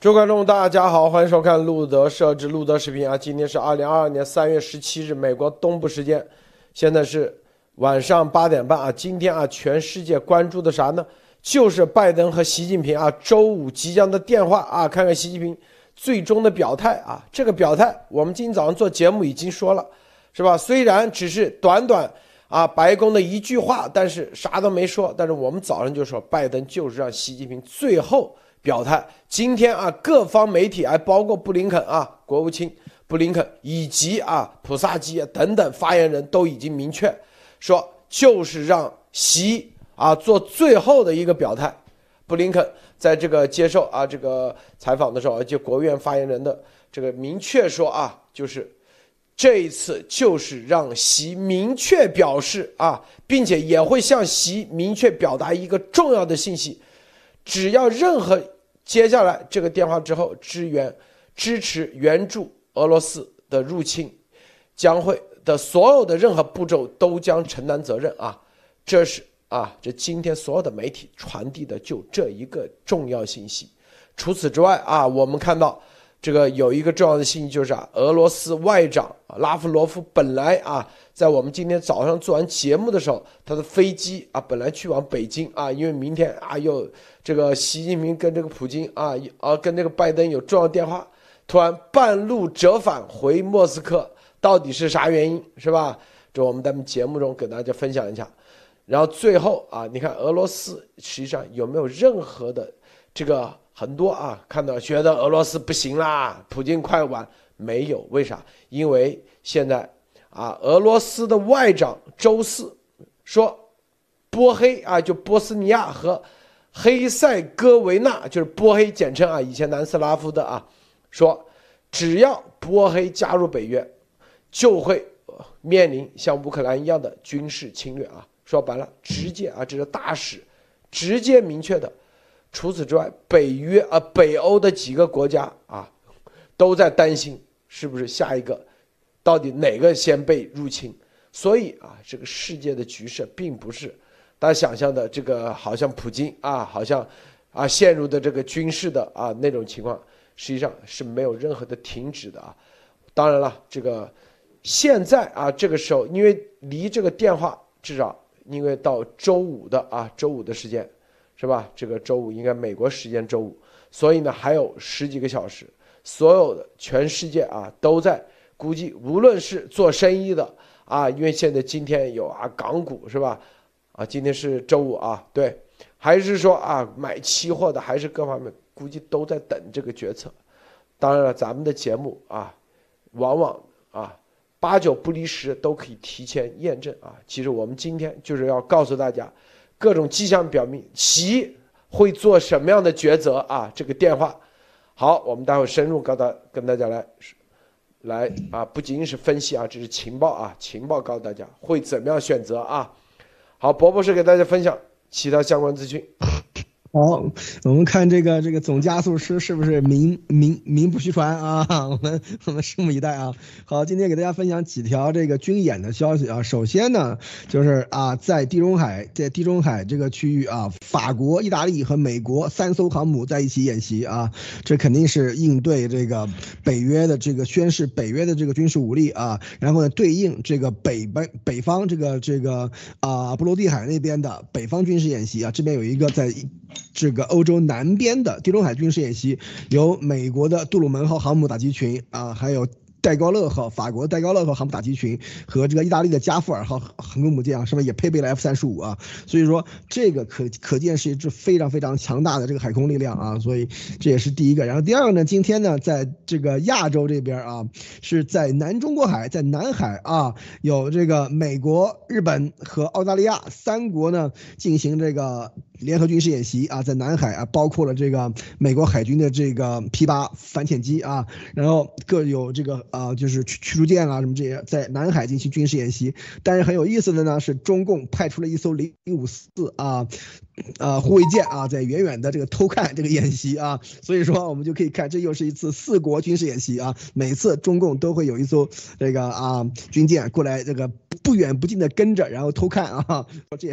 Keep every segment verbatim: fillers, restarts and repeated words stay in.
诸位观众，大家好，欢迎收看路德设置路德视频啊。今天是二零二二年三月十七日，美国东部时间，现在是晚上八点半啊。今天啊，全世界关注的啥呢？就是拜登和习近平啊，周五即将的电话啊，看看习近平最终的表态啊。这个表态，我们今天早上做节目已经说了，是吧？虽然只是短短啊白宫的一句话，但是啥都没说。但是我们早上就说，拜登就是让习近平最后表态。今天啊，各方媒体还包括布林肯啊，国务卿布林肯以及啊普萨基等等发言人都已经明确说，就是让习啊做最后的一个表态。布林肯在这个接受啊这个采访的时候，就国务院发言人的这个明确说啊，就是这一次就是让习明确表示啊，并且也会向习明确表达一个重要的信息，只要任何接下来这个电话之后支援支持援助俄罗斯的入侵，将会的所有的任何步骤都将承担责任啊。这是啊，这今天所有的媒体传递的就这一个重要信息。除此之外啊，我们看到这个有一个重要的信息，就是啊，俄罗斯外长拉夫罗夫本来啊，在我们今天早上做完节目的时候，他的飞机啊本来去往北京啊，因为明天啊又这个习近平跟这个普京啊啊跟这个拜登有重要电话，突然半路折返回莫斯科，到底是啥原因，是吧？这我们在节目中给大家分享一下。然后最后啊，你看俄罗斯实际上有没有任何的这个很多啊，看到觉得俄罗斯不行啦，普京快完，没有，为啥？因为现在啊，俄罗斯的外长周四说，波黑啊，就波斯尼亚和黑塞哥维那，就是波黑简称啊，以前南斯拉夫的啊，说只要波黑加入北约，就会面临像乌克兰一样的军事侵略啊。说白了，直接啊，这是大使直接明确的。除此之外，北约啊、呃，北欧的几个国家啊，都在担心是不是下一个，到底哪个先被入侵。所以啊，这个世界的局势并不是大家想象的这个，好像普京啊，好像啊陷入的这个军事的啊那种情况，实际上是没有任何的停止的啊。当然了，这个现在啊，这个时候因为离这个电话至少。因为到周五的啊，周五的时间，是吧？这个周五应该美国时间周五，所以呢还有十几个小时，所有的全世界啊都在估计，无论是做生意的啊，因为现在今天有啊港股是吧？啊，今天是周五啊，对，还是说啊买期货的，还是各方面估计都在等这个决策。当然了，咱们的节目啊，往往啊。八九不离十都可以提前验证啊！其实我们今天就是要告诉大家，各种迹象表明习会做什么样的抉择啊！这个电话，好，我们待会深入告大跟大家来来啊，不仅仅是分析啊，这是情报啊，情报告诉大家会怎么样选择啊！好，伯伯是给大家分享其他相关资讯。 好，我们看这个这个总加速师是不是名名名不虚传啊？我们我们拭目以待啊！好，今天给大家分享几条这个军演的消息啊。首先呢，就是啊，在地中海在地中海这个区域啊，法国、意大利和美国三艘航母在一起演习啊，这肯定是应对这个北约的这个宣示北约的这个军事武力啊，然后呢，对应这个北北北方这个这个啊波罗的海那边的北方军事演习啊，这边有一个在。这个欧洲南边的地中海军事演习，由美国的杜鲁门号航母打击群啊，还有戴高乐号法国戴高乐号航母打击群和这个意大利的加富尔号航空母舰啊，上面也配备了 F 三十五啊，所以说这个可可见是一支非常非常强大的这个海空力量啊，所以这也是第一个。然后第二个呢，今天呢，在这个亚洲这边啊，是在南中国海，在南海啊，有这个美国、日本和澳大利亚三国呢进行这个。联合军事演习啊，在南海啊，包括了这个美国海军的这个 P 八反潜机啊，然后各有这个啊，就是驱驱逐舰啊什么这些在南海进行军事演习。但是很有意思的呢，是中共派出了一艘零五四啊。呃，护卫舰啊，在远远的这个偷看这个演习啊，所以说我们就可以看，这又是一次四国军事演习啊。每次中共都会有一艘这个啊军舰过来，这个不远不近的跟着，然后偷看啊，这也是很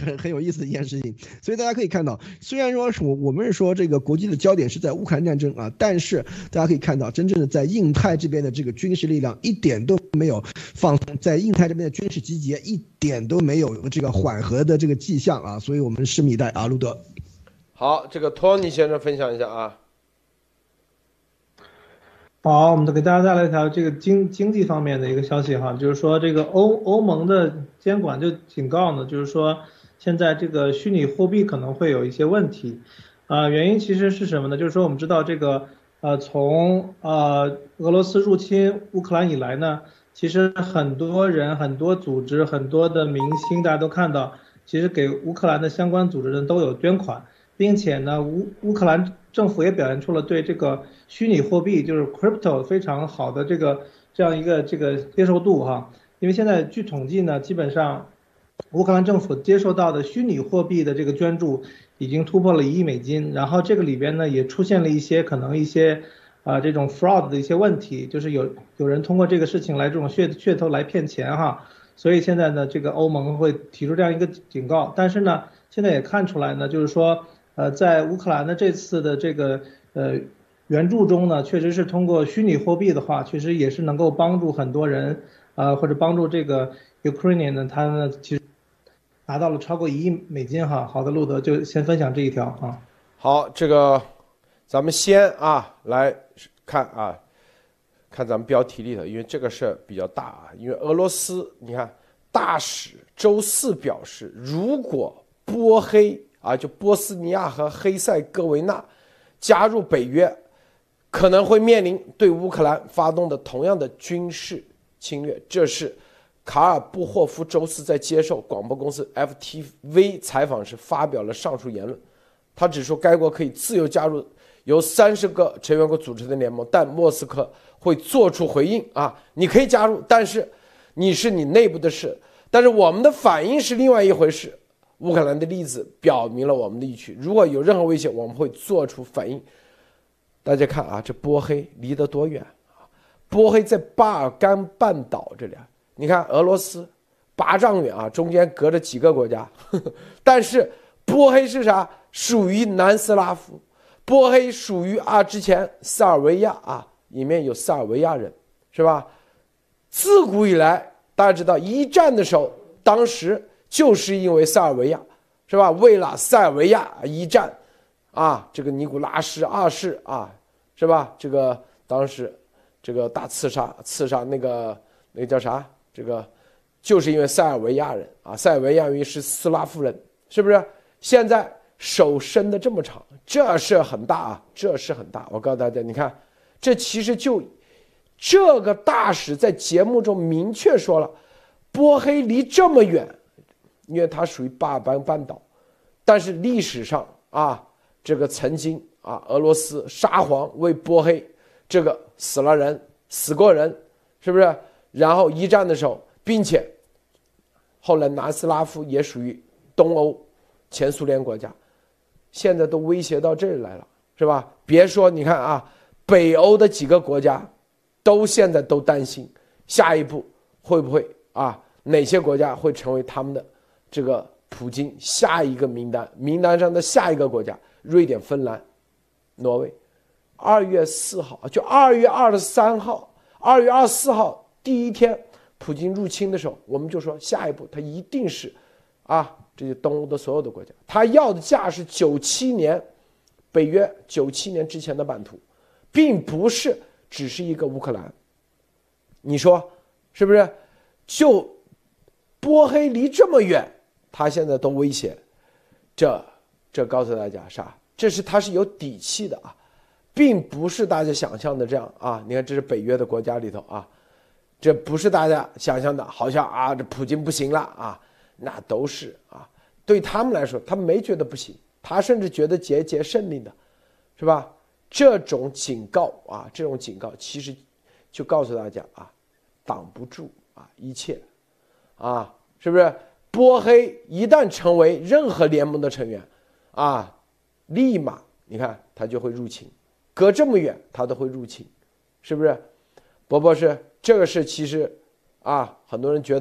很很有意思的一件事情。所以大家可以看到，虽然说我我们是说这个国际的焦点是在乌克兰战争啊，但是大家可以看到，真正的在印太这边的这个军事力量一点都没有放松，在印太这边的军事集结一点都没有这个缓和的这个迹象啊，所以我们拭目以待啊，路德。 好，这个托尼先生分享一下啊。 好，我们给大家带来一条这个经经济方面的一个消息哈，就是说这个欧欧盟的监管就警告呢，就是说现在这个虚拟货币可能会有一些问题，啊、呃，原因其实是什么呢？就是说我们知道这个呃从呃俄罗斯入侵乌克兰以来呢，其实很多人、很多组织、很多的明星，大家都看到，其实给乌克兰的相关组织呢都有捐款，并且呢乌乌克兰政府也表现出了对这个虚拟货币，就是 crypto 非常好的这个这样一个这个接受度哈，因为现在据统计呢，基本上乌克兰政府接受到的虚拟货币的这个捐助已经突破了一亿美金，然后这个里边呢也出现了一些可能一些啊、呃、这种 fraud 的一些问题，就是有有人通过这个事情来这种噱噱头来骗钱哈，所以现在呢这个欧盟会提出这样一个警告，但是呢现在也看出来呢，就是说。呃，在乌克兰的这次的这个呃援助中呢，确实是通过虚拟货币的话，确实也是能够帮助很多人，呃，或者帮助这个 Ukrainian 呢，他呢其实拿到了超过一亿美金哈。好的，路德就先分享这一条啊。 好，这个咱们先啊来看啊，看咱们标题里头，因为这个事儿比较大啊，因为俄罗斯你看大使周四表示，如果波黑。啊，就波斯尼亚和黑塞哥维那加入北约，可能会面临对乌克兰发动的同样的军事侵略。这是卡尔布霍夫周四在接受广播公司 F T V 采访时发表了上述言论。他指出，该国可以自由加入由三十个成员国组成的联盟，但莫斯科会做出回应。啊，你可以加入，但是你是你内部的事，但是我们的反应是另外一回事。乌克兰的例子表明了我们的意趣，如果有任何威胁，我们会做出反应。大家看啊，这波黑离得多远啊？波黑在巴尔干半岛这里，你看俄罗斯八丈远啊，中间隔着几个国家，呵呵，但是波黑是啥？属于南斯拉夫，波黑属于啊之前塞尔维亚啊，里面有塞尔维亚人，是吧？自古以来，大家知道一战的时候，当时。就是因为塞尔维亚，是吧？为了塞尔维亚一战，啊，这个尼古拉什二世啊，是吧？这个当时这个大刺杀，刺杀那个那个叫啥？这个就是因为塞尔维亚人啊，塞尔维亚人是斯拉夫人，是不是？现在手伸的这么长，这事很大啊，这事很大。我告诉大家，你看，这其实就这个大使在节目中明确说了，波黑离这么远。因为它属于巴尔干半岛，但是历史上啊，这个曾经啊，俄罗斯沙皇为波黑这个死了人，死过人，是不是？然后一战的时候，并且后来南斯拉夫也属于东欧前苏联国家，现在都威胁到这里来了，是吧？别说你看啊，北欧的几个国家都现在都担心下一步会不会啊，哪些国家会成为他们的这个普京下一个名单名单上的下一个国家，瑞典、芬兰、挪威。二月四号，就二月二十三号、二月二十四号第一天，普京入侵的时候，我们就说下一步他一定是，啊，这些东欧的所有的国家，他要的价是九七年，北约九七年之前的版图，并不是只是一个乌克兰。你说是不是？就波黑离这么远。他现在都威胁，这这告诉大家啥？这是他是有底气的啊，并不是大家想象的这样啊。你看，这是北约的国家里头啊，这不是大家想象的，好像啊，这普京不行了啊，那都是啊。对他们来说，他们没觉得不行，他甚至觉得节节胜利的，是吧？这种警告啊，这种警告其实就告诉大家啊，挡不住啊一切啊，是不是？波黑一旦成为任何联盟的成员，啊，立马你看他就会入侵，隔这么远他都会入侵，是不是？博博士，这个是其实啊，很多人觉得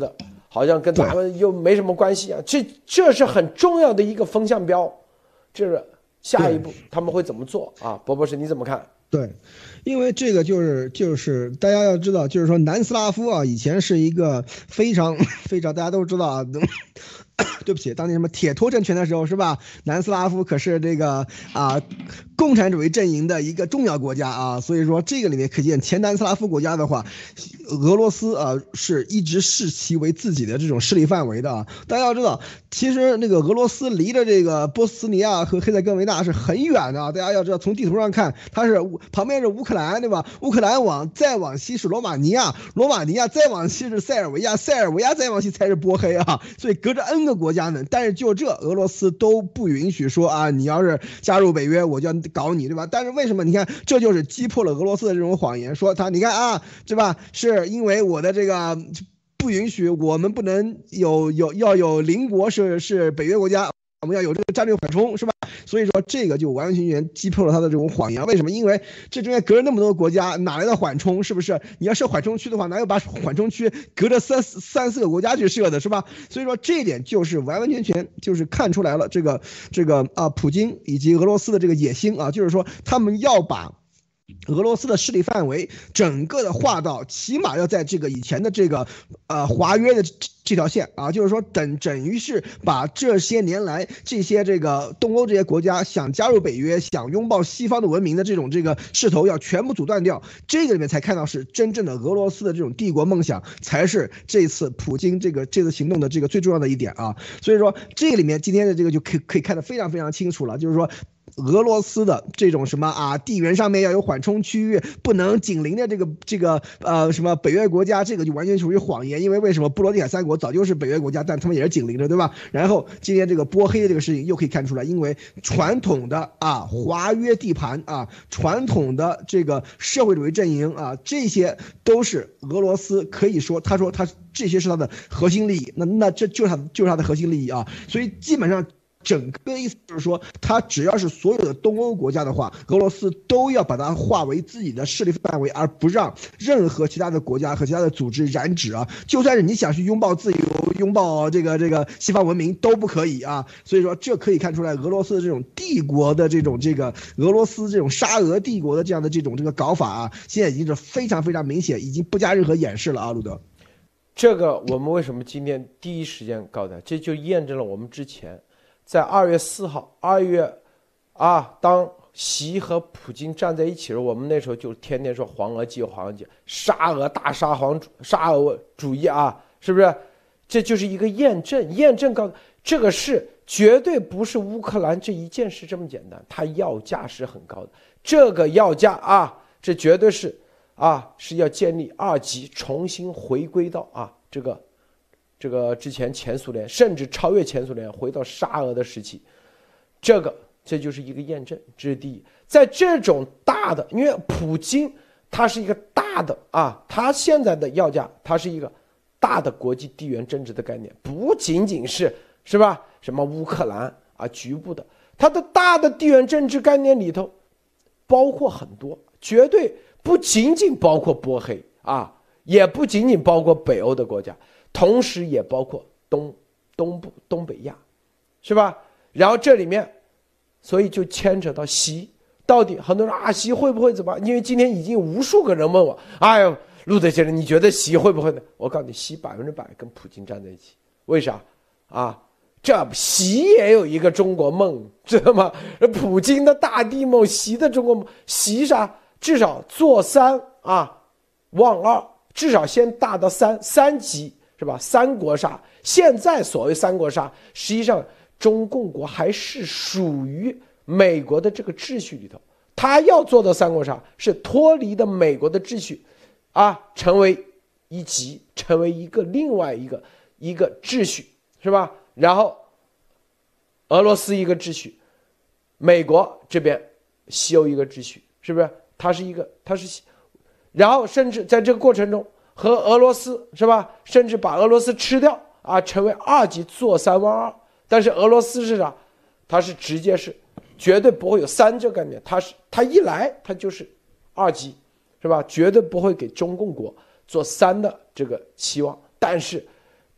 好像跟咱们又没什么关系啊。这这是很重要的一个风向标，这是下一步他们会怎么做啊？博博士你怎么看？ 对，因为这个就是就是大家要知道，就是说南斯拉夫啊，以前是一个非常非常大家都知道啊。对不起，当年什么铁托政权的时候是吧？南斯拉夫可是这个啊共产主义阵营的一个重要国家啊，所以说这个里面可见前南斯拉夫国家的话，俄罗斯啊是一直视其为自己的这种势力范围的啊。大家要知道，其实那个俄罗斯离着这个波斯尼亚和黑塞哥维纳是很远的啊。大家要知道，从地图上看，它是旁边是乌克兰对吧？乌克兰往再往西是罗马尼亚，罗马尼亚再往西是塞尔维亚，塞尔维亚再往西才是波黑啊。所以隔着 N 个国家呢，但是就这俄罗斯都不允许说啊，你要是加入北约，我就要搞你，对吧？但是为什么？你看，这就是击破了俄罗斯的这种谎言，说他你看啊，对吧？是因为我的这个不允许，我们不能有有要有邻国是是北约国家。我们要有这个战略缓冲，是吧？所以说这个就完完全全击破了他的这种谎言。为什么？因为这中间隔着那么多国家，哪来的缓冲？是不是？你要设缓冲区的话，哪有把缓冲区隔着三三四个国家去设的，是吧？所以说这一点就是完完全全就是看出来了，这个这个啊，普京以及俄罗斯的这个野心啊，就是说他们要把俄罗斯的势力范围整个的划到，起码要在这个以前的这个呃华约的这条线啊，就是说等等于是把这些年来这些这个东欧这些国家想加入北约、想拥抱西方的文明的这种这个势头要全部阻断掉。这个里面才看到是真正的俄罗斯的这种帝国梦想，才是这次普京这个这次行动的这个最重要的一点啊。所以说这个里面今天的这个就可以可以看得非常非常清楚了，就是说。俄罗斯的这种什么啊，地缘上面要有缓冲区域，不能紧邻着这个这个呃什么北约国家，这个就完全属于谎言。因为为什么波罗的海三国早就是北约国家，但他们也是紧邻着，对吧？然后今天这个波黑的这个事情又可以看出来，因为传统的啊华约地盘啊，传统的这个社会主义阵营啊，这些都是俄罗斯可以说，他说他这些是他的核心利益，那那这就是他就是他的核心利益啊，所以基本上。整个意思就是说，他只要是所有的东欧国家的话，俄罗斯都要把它划为自己的势力范围，而不让任何其他的国家和其他的组织染指啊。就算是你想去拥抱自由、拥抱这个这个西方文明都不可以啊。所以说，这可以看出来俄罗斯的这种帝国的这种这个俄罗斯这种沙俄帝国的这样的这种这个搞法啊，现在已经是非常非常明显，已经不加任何掩饰了啊，路德。 这个我们为什么今天第一时间告诉他？这就验证了我们之前。在二月四号，二月，啊，当习和普京站在一起的时候，我们那时候就天天说黄俄计划、黄俄计划、沙俄大沙皇沙俄主义啊，是不是？这就是一个验证，验证告这个事绝对不是乌克兰这一件事这么简单，它要价是很高的。这个要价啊，这绝对是啊，是要建立二级，重新回归到啊这个。这个之前前苏联甚至超越前苏联，回到沙俄的时期，这个这就是一个验证，这是第一。在这种大的，因为普京他是一个大的啊，他现在的要价，他是一个大的国际地缘政治的概念，不仅仅是是吧？什么乌克兰啊，局部的，它的大的地缘政治概念里头，包括很多，绝对不仅仅包括波黑啊，也不仅仅包括北欧的国家。同时也包括东东部东北亚，是吧？然后这里面，所以就牵扯到习，到底很多人啊，习会不会怎么？因为今天已经有无数个人问我，哎呦，路德先生，你觉得习会不会呢？我告诉你，习百分之百跟普京站在一起，为啥？啊，这习也有一个中国梦，知道吗？普京的大地梦，习的中国梦，习啥？至少做三啊，望二，至少先大到三三级。是吧？三国杀，现在所谓三国杀，实际上中共国还是属于美国的这个秩序里头。他要做的三国杀是脱离的美国的秩序，啊，成为一级，成为一个另外一个一个秩序，是吧？然后俄罗斯一个秩序，美国这边西欧一个秩序，是不是？它是一个，它是，然后甚至在这个过程中。和俄罗斯是吧？甚至把俄罗斯吃掉啊，成为二级做三望二。但是俄罗斯是啥？它是直接是绝对不会有三这个概念，它是它一来它就是二级，是吧？绝对不会给中共国做三的这个期望。但是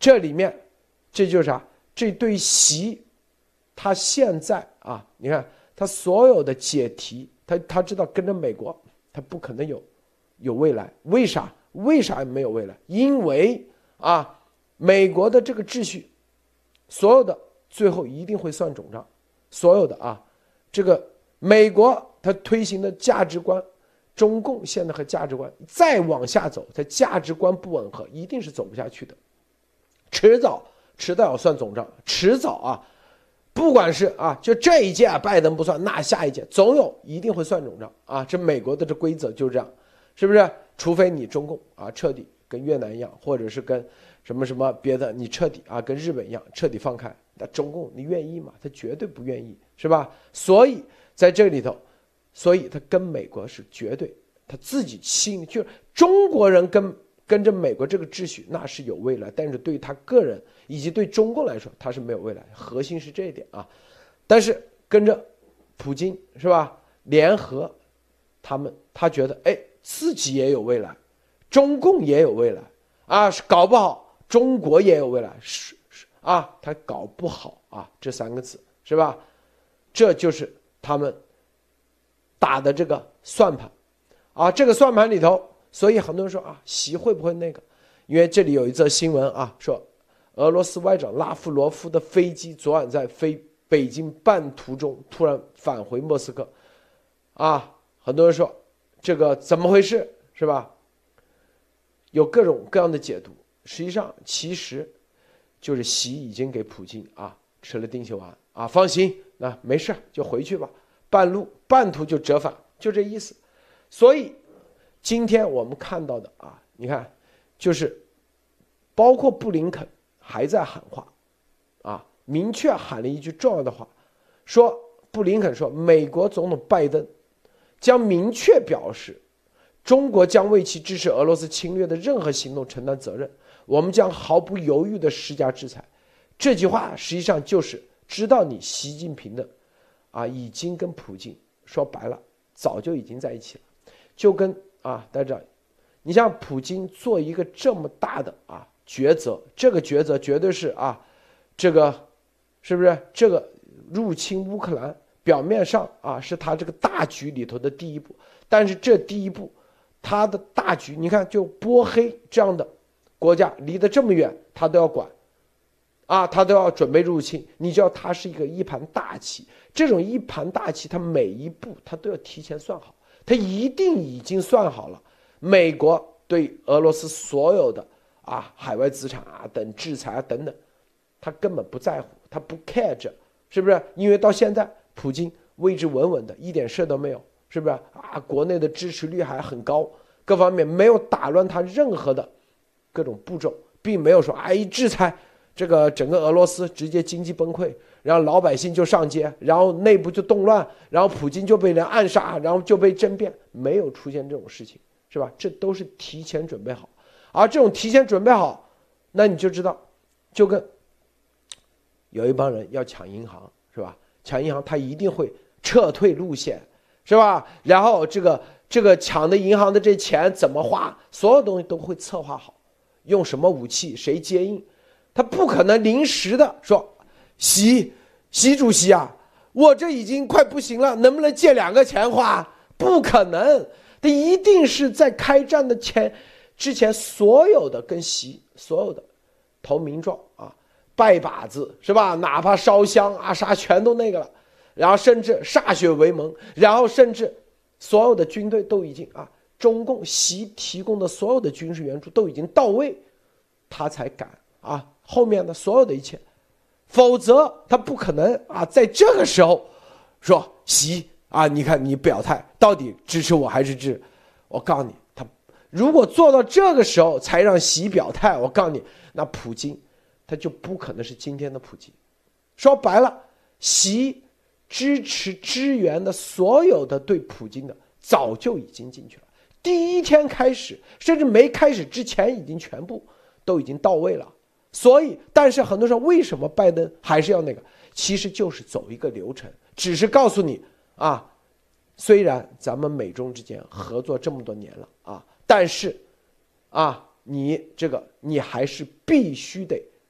这里面这就是啥？这对习他现在啊，你看他所有的解题，他他知道跟着美国他不可能有有未来。为啥？为啥没有未来？因为啊，美国的这个秩序，所有的最后一定会算总账。所有的啊，这个美国它推行的价值观，中共现在和价值观再往下走，它价值观不吻合，一定是走不下去的。迟早迟早要算总账，迟早啊，不管是啊，就这一届拜登不算，那下一届总有一定会算总账啊。这美国的这规则就是这样，是不是？除非你中共啊彻底跟越南一样，或者是跟什么什么别的，你彻底啊跟日本一样彻底放开。那中共你愿意吗？他绝对不愿意，是吧？所以在这里头，所以他跟美国是绝对，他自己心就是中国人跟跟着美国这个秩序那是有未来，但是对他个人以及对中共来说他是没有未来，核心是这一点啊。但是跟着普京是吧，联合他们，他觉得哎自己也有未来，中共也有未来啊，搞不好中国也有未来，是是啊，他搞不好啊这三个字是吧？这就是他们打的这个算盘啊，这个算盘里头，所以很多人说啊，习会不会那个？因为这里有一则新闻啊，说俄罗斯外长拉夫罗夫的飞机昨晚在飞北京半途中突然返回莫斯科，啊，很多人说这个怎么回事，是吧？有各种各样的解读，实际上其实就是习已经给普京啊吃了定心丸啊，放心，那没事就回去吧，半路半途就折返，就这意思。所以今天我们看到的啊，你看就是包括布林肯还在喊话啊，明确喊了一句重要的话，说布林肯说美国总统拜登将明确表示，中国将为其支持俄罗斯侵略的任何行动承担责任，我们将毫不犹豫地施加制裁。这句话实际上就是知道你习近平的啊，已经跟普京说白了，早就已经在一起了，就跟啊大家，你像普京做一个这么大的啊抉择，这个抉择绝对是啊，这个是不是这个入侵乌克兰？表面上啊是他这个大局里头的第一步，但是这第一步，他的大局，你看就波黑这样的国家离得这么远，他都要管，啊，他都要准备入侵。你知道他是一个一盘大棋，这种一盘大棋，他每一步他都要提前算好，他一定已经算好了美国对俄罗斯所有的啊海外资产啊等制裁啊等等，他根本不在乎，他不 care 这，是不是？因为到现在。普京位置稳稳的，一点事都没有，是不是啊？国内的支持率还很高，各方面没有打乱他任何的各种步骤，并没有说哎一制裁这个整个俄罗斯直接经济崩溃，然后老百姓就上街，然后内部就动乱，然后普京就被人暗杀，然后就被政变，没有出现这种事情，是吧？这都是提前准备好，而这种提前准备好，那你就知道，就跟有一帮人要抢银行，是吧？抢银行他一定会撤退路线，是吧？然后这个这个抢的银行的这钱怎么花，所有东西都会策划好，用什么武器谁接应，他不可能临时的说习习主席啊，我这已经快不行了，能不能借两个钱花？不可能，他一定是在开战的前之前，所有的跟习所有的投名状啊。拜把子是吧？哪怕烧香啊啥全都那个了，然后甚至歃血为盟，然后甚至所有的军队都已经啊，中共习提供的所有的军事援助都已经到位，他才敢啊后面的所有的一切，否则他不可能啊在这个时候说习啊，你看你表态到底支持我还是支持？我告诉你，他如果做到这个时候才让习表态，我告诉你，那普京。他就不可能是今天的普京。说白了，习支持支援的所有的对普京的早就已经进去了，第一天开始甚至没开始之前已经全部都已经到位了。所以但是很多人说为什么拜登还是要那个，其实就是走一个流程，只是告诉你啊，虽然咱们美中之间合作这么多年了啊，但是啊你这个你还是必须得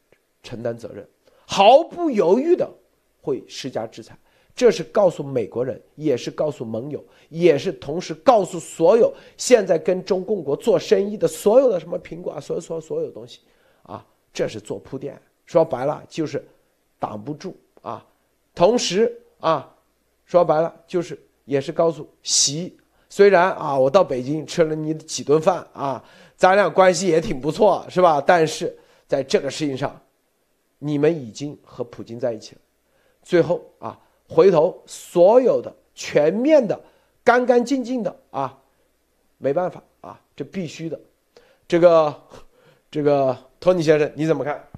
承担责任，毫不犹豫的会施加制裁。这是告诉美国人，也是告诉盟友，也是同时告诉所有现在跟中共国做生意的所有的什么苹果啊，所有所有所有东西啊，这是做铺垫。说白了就是挡不住啊。同时啊，说白了就是也是告诉习，虽然啊我到北京吃了你几顿饭啊，咱俩关系也挺不错，是吧？但是在这个事情上，你们已经和普京在一起了。最后啊，回头所有的全面的、干干净净的啊，没办法啊，这必须的。这个这个托尼先生你怎么看？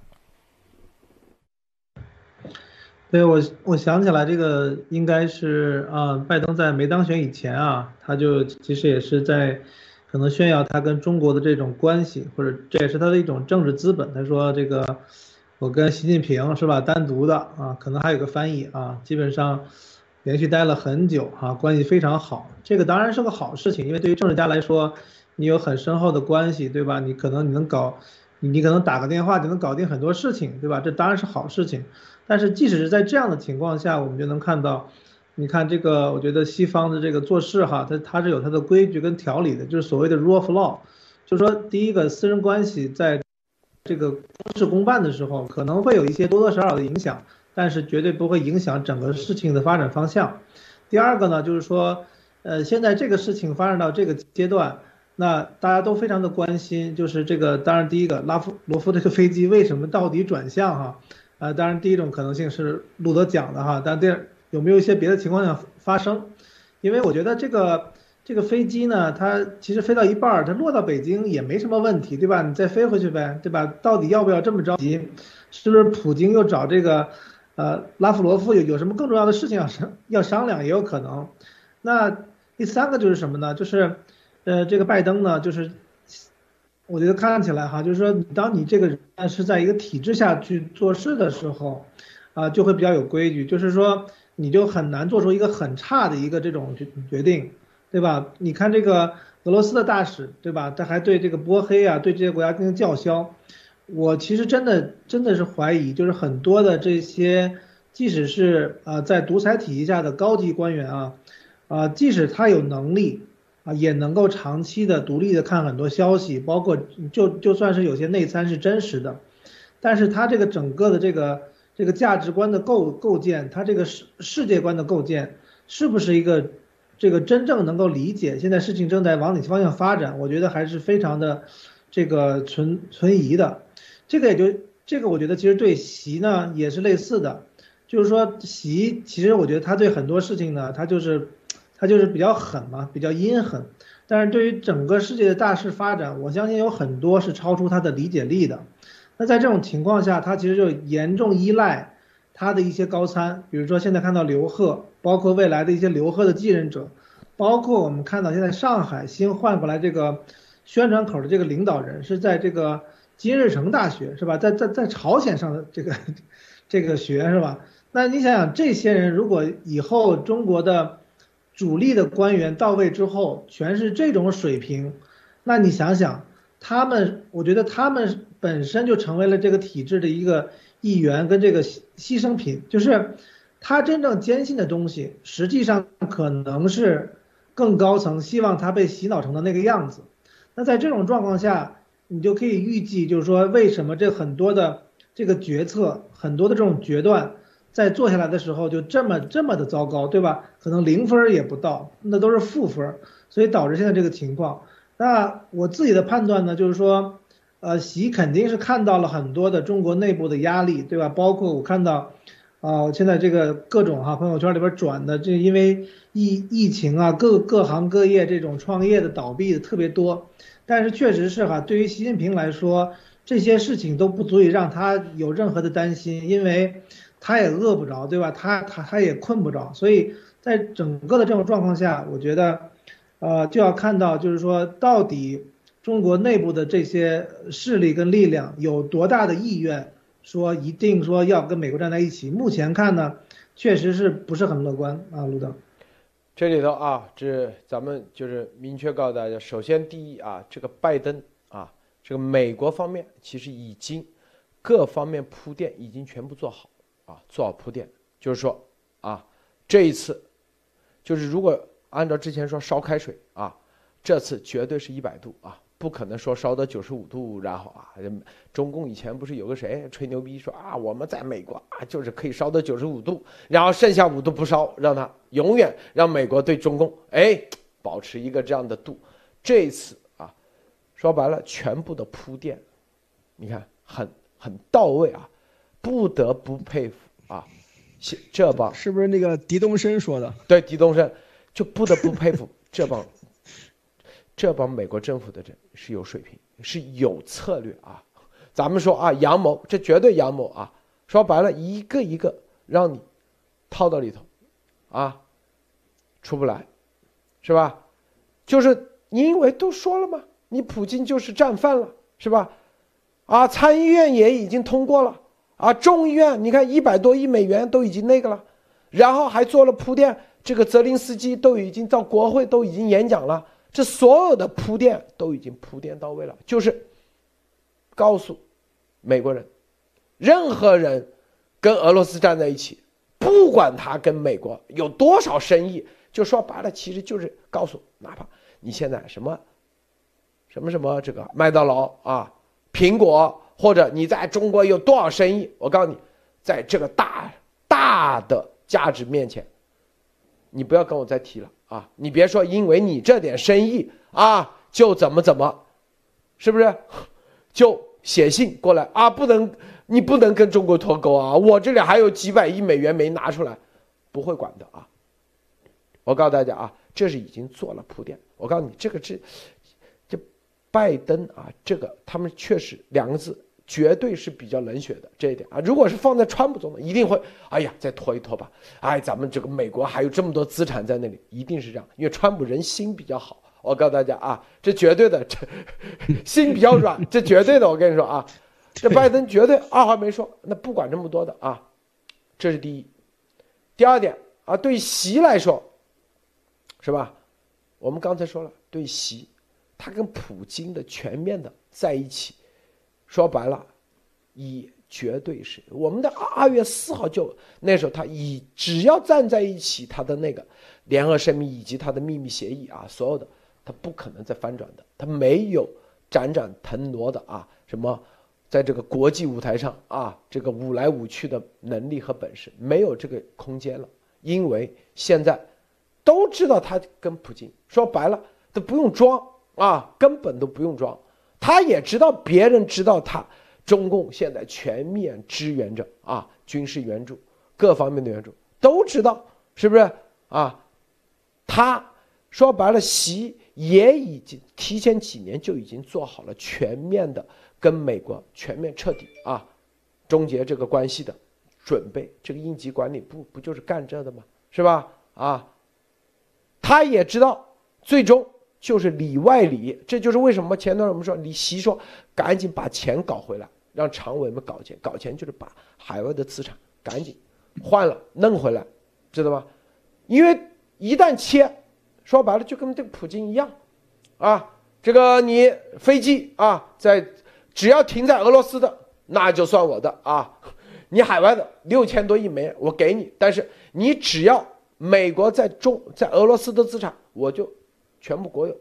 对，我我想起来，这个应该是啊，拜登在没当选以前啊，他就其实也是在可能炫耀他跟中国的这种关系，或者这也是他的一种政治资本。他说这个我跟习近平是吧，单独的啊，可能还有个翻译啊，基本上连续待了很久啊，关系非常好。这个当然是个好事情，因为对于政治家来说，你有很深厚的关系，对吧？你可能你能搞，你你可能打个电话就能搞定很多事情，对吧？这当然是好事情。但是即使是在这样的情况下，我们就能看到，你看这个，我觉得西方的这个做事哈，它它是有它的规矩跟条理的，就是所谓的 rule of law，就是说第一个私人关系在这个公事公办的时候，可能会有一些多多少少的影响，但是绝对不会影响整个事情的发展方向。第二个呢，就是说，呃，现在这个事情发展到这个阶段，那大家都非常的关心，就是这个，当然第一个拉夫罗夫这个飞机为什么到底转向哈？呃，当然，第一种可能性是路德讲的哈，但这有没有一些别的情况下发生？因为我觉得这个这个飞机呢，它其实飞到一半儿，它落到北京也没什么问题，对吧？你再飞回去呗，对吧？到底要不要这么着急？是不是普京又找这个呃拉夫罗夫有有什么更重要的事情要商要商量也有可能？那第三个就是什么呢？就是呃这个拜登呢，就是。我觉得看起来哈，就是说，当你这个人是在一个体制下去做事的时候，啊，就会比较有规矩，就是说，你就很难做出一个很差的一个这种决决定，对吧？你看这个俄罗斯的大使，对吧？他还对这个波黑啊，对这些国家进行叫嚣。我其实真的真的是怀疑，就是很多的这些，即使是呃在独裁体系下的高级官员啊，啊，即使他有能力。啊，也能够长期的独立的看很多消息，包括就就算是有些内参是真实的，但是他这个整个的这个这个价值观的构构建，他这个世世界观的构建，是不是一个这个真正能够理解现在事情正在往哪方向发展？我觉得还是非常的这个存存疑的。这个也就这个我觉得其实对习呢也是类似的，就是说习其实我觉得他对很多事情呢，他就是。他就是比较狠嘛，比较阴狠，但是对于整个世界的大势发展，我相信有很多是超出他的理解力的。那在这种情况下，他其实就严重依赖他的一些高参，比如说现在看到刘鹤，包括未来的一些刘鹤的继任者，包括我们看到现在上海新换过来这个宣传口的这个领导人是在这个金日成大学是吧，在在在朝鲜上的这个这个学是吧？那你想想，这些人如果以后中国的主力的官员到位之后，全是这种水平，那你想想，他们，我觉得他们本身就成为了这个体制的一个一员跟这个牺牺牲品，就是他真正坚信的东西，实际上可能是更高层希望他被洗脑成的那个样子。那在这种状况下，你就可以预计，就是说为什么这很多的这个决策，很多的这种决断。在做下来的时候就这么这么的糟糕，对吧？可能零分也不到，那都是负分，所以导致现在这个情况。那我自己的判断呢，就是说，呃，习肯定是看到了很多的中国内部的压力，对吧？包括我看到，啊、呃，现在这个各种哈朋友圈里边转的，这因为疫疫情啊，各各行各业这种创业的倒闭的特别多，但是确实是哈，对于习近平来说，这些事情都不足以让他有任何的担心，因为。他也饿不着，对吧？他他他也困不着，所以在整个的这种状况下，我觉得，呃，就要看到，就是说，到底中国内部的这些势力跟力量有多大的意愿，说一定说要跟美国站在一起。目前看呢，确实是不是很乐观啊，路德。 这里头啊，这咱们就是明确告诉大家，首先第一啊，这个拜登啊，这个美国方面其实已经各方面铺垫已经全部做好啊，做好铺垫，就是说啊，这一次就是如果按照之前说烧开水啊，这次绝对是一百度啊，不可能说烧到九十五度，然后啊，中共以前不是有个谁吹牛逼说啊，我们在美国啊就是可以烧到九十五度，然后剩下五度不烧，让他永远让美国对中共哎保持一个这样的度。这一次啊，说白了全部的铺垫，你看很很到位啊，不得不佩服啊，这帮是不是那个狄东升说的？ 对，狄东升就不得不佩服这帮这帮美国政府的人是有水平，是有策略啊。咱们说啊，阳谋，这绝对阳谋啊。说白了，一个一个让你套到里头，啊，出不来，是吧？就是因为都说了嘛，你普京就是战犯了，是吧？啊，参议院也已经通过了，啊，众议院你看一百多亿美元都已经那个了，然后还做了铺垫，这个泽林斯基都已经到国会都已经演讲了。这所有的铺垫都已经铺垫到位了，就是告诉美国人，任何人跟俄罗斯站在一起，不管他跟美国有多少生意，就说白了，其实就是告诉，哪怕你现在什么什么什么这个麦当劳啊、苹果，或者你在中国有多少生意，我告诉你，在这个大大的价值面前，你不要跟我再提了。啊，你别说因为你这点生意啊就怎么怎么，是不是？就写信过来啊，不能，你不能跟中国脱钩啊！我这里还有几百亿美元没拿出来，不会管的啊！我告诉大家啊，这是已经做了铺垫。我告诉你，这个这这拜登啊，这个他们确实两个字绝对是比较冷血的这一点啊。如果是放在川普总统，一定会，哎呀，再拖一拖吧。哎，咱们这个美国还有这么多资产在那里，一定是这样，因为川普人心比较好。我告诉大家啊，这绝对的，这心比较软，这绝对的。我跟你说啊，这拜登绝对二话没说，那不管这么多的啊，这是第一。第二点啊，对习来说，是吧？我们刚才说了，对习，他跟普京的全面的在一起。说白了，也绝对是我们的二月四号就那时候，他以只要站在一起，他的那个联合声明以及他的秘密协议啊，所有的他不可能再翻转的，他没有辗转腾挪的啊，什么在这个国际舞台上啊，这个舞来舞去的能力和本事，没有这个空间了，因为现在都知道他跟普京说白了都不用装啊，根本都不用装。他也知道，别人知道他，中共现在全面支援着啊，军事援助，各方面的援助都知道，是不是啊？他说白了，习也已经提前几年就已经做好了全面的跟美国全面彻底啊，终结这个关系的准备。这个应急管理部不就是干这的吗？是吧？啊，他也知道，最终。就是里外里，这就是为什么前段我们说李习说赶紧把钱搞回来，让常委们搞钱，搞钱就是把海外的资产赶紧换了弄回来，知道吗？因为一旦切，说白了就跟这个普京一样，啊，这个你飞机啊，在只要停在俄罗斯的，那就算我的啊，你海外的六千多亿美元我给你，但是你只要美国在中在俄罗斯的资产，我就。全部国有，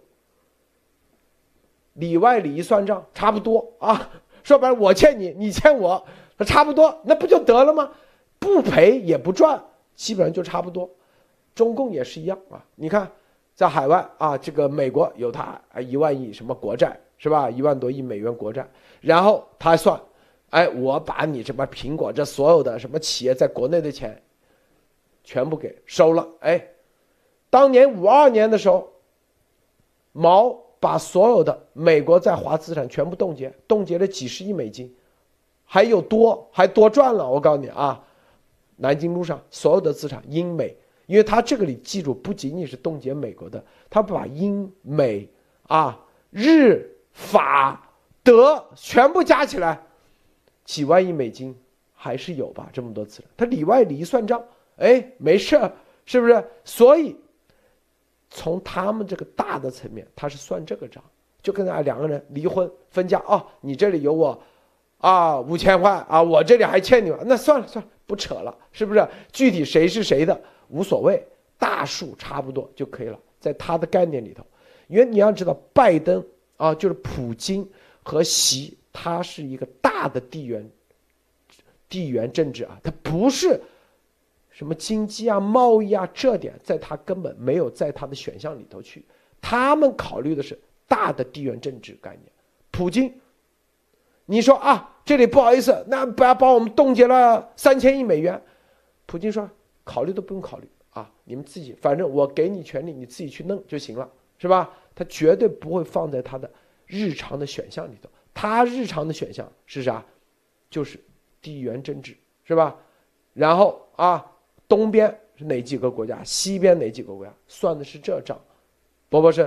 里外里一算账差不多啊。说白了，我欠你，你欠我，那差不多，那不就得了吗？不赔也不赚，基本上就差不多。中共也是一样啊。你看，在海外啊，这个美国有他一万亿什么国债是吧？一万多亿美元国债，然后他还算，哎，我把你什么苹果这所有的什么企业在国内的钱，全部给收了。哎，当年五二年的时候。毛把所有的美国在华资产全部冻结，冻结了几十亿美金，还有多，还多赚了。我告诉你啊，南京路上所有的资产英美，因为他这个里记住，不仅仅是冻结美国的，他把英美啊、日法德全部加起来，几万亿美金还是有吧？这么多资产，他里外里一算账，哎，没事，是不是？所以。从他们这个大的层面，他是算这个账，就跟他两个人离婚分家啊，你这里有我啊五千块啊，我这里还欠你们，那算了算了，不扯了，是不是？具体谁是谁的无所谓，大数差不多就可以了，在他的概念里头。因为你要知道，拜登啊，就是普京和习，他是一个大的地缘地缘政治啊，他不是什么经济啊、贸易啊，这点在他根本没有在他的选项里头去。他们考虑的是大的地缘政治概念。普京，你说啊，这里不好意思，那不要把我们冻结了三千亿美元。普京说，考虑都不用考虑啊，你们自己，反正我给你权利，你自己去弄就行了，是吧？他绝对不会放在他的日常的选项里头。他日常的选项是啥？就是地缘政治，是吧？然后啊，东边是哪几个国家，西边哪几个国家，算的是这账。博博士。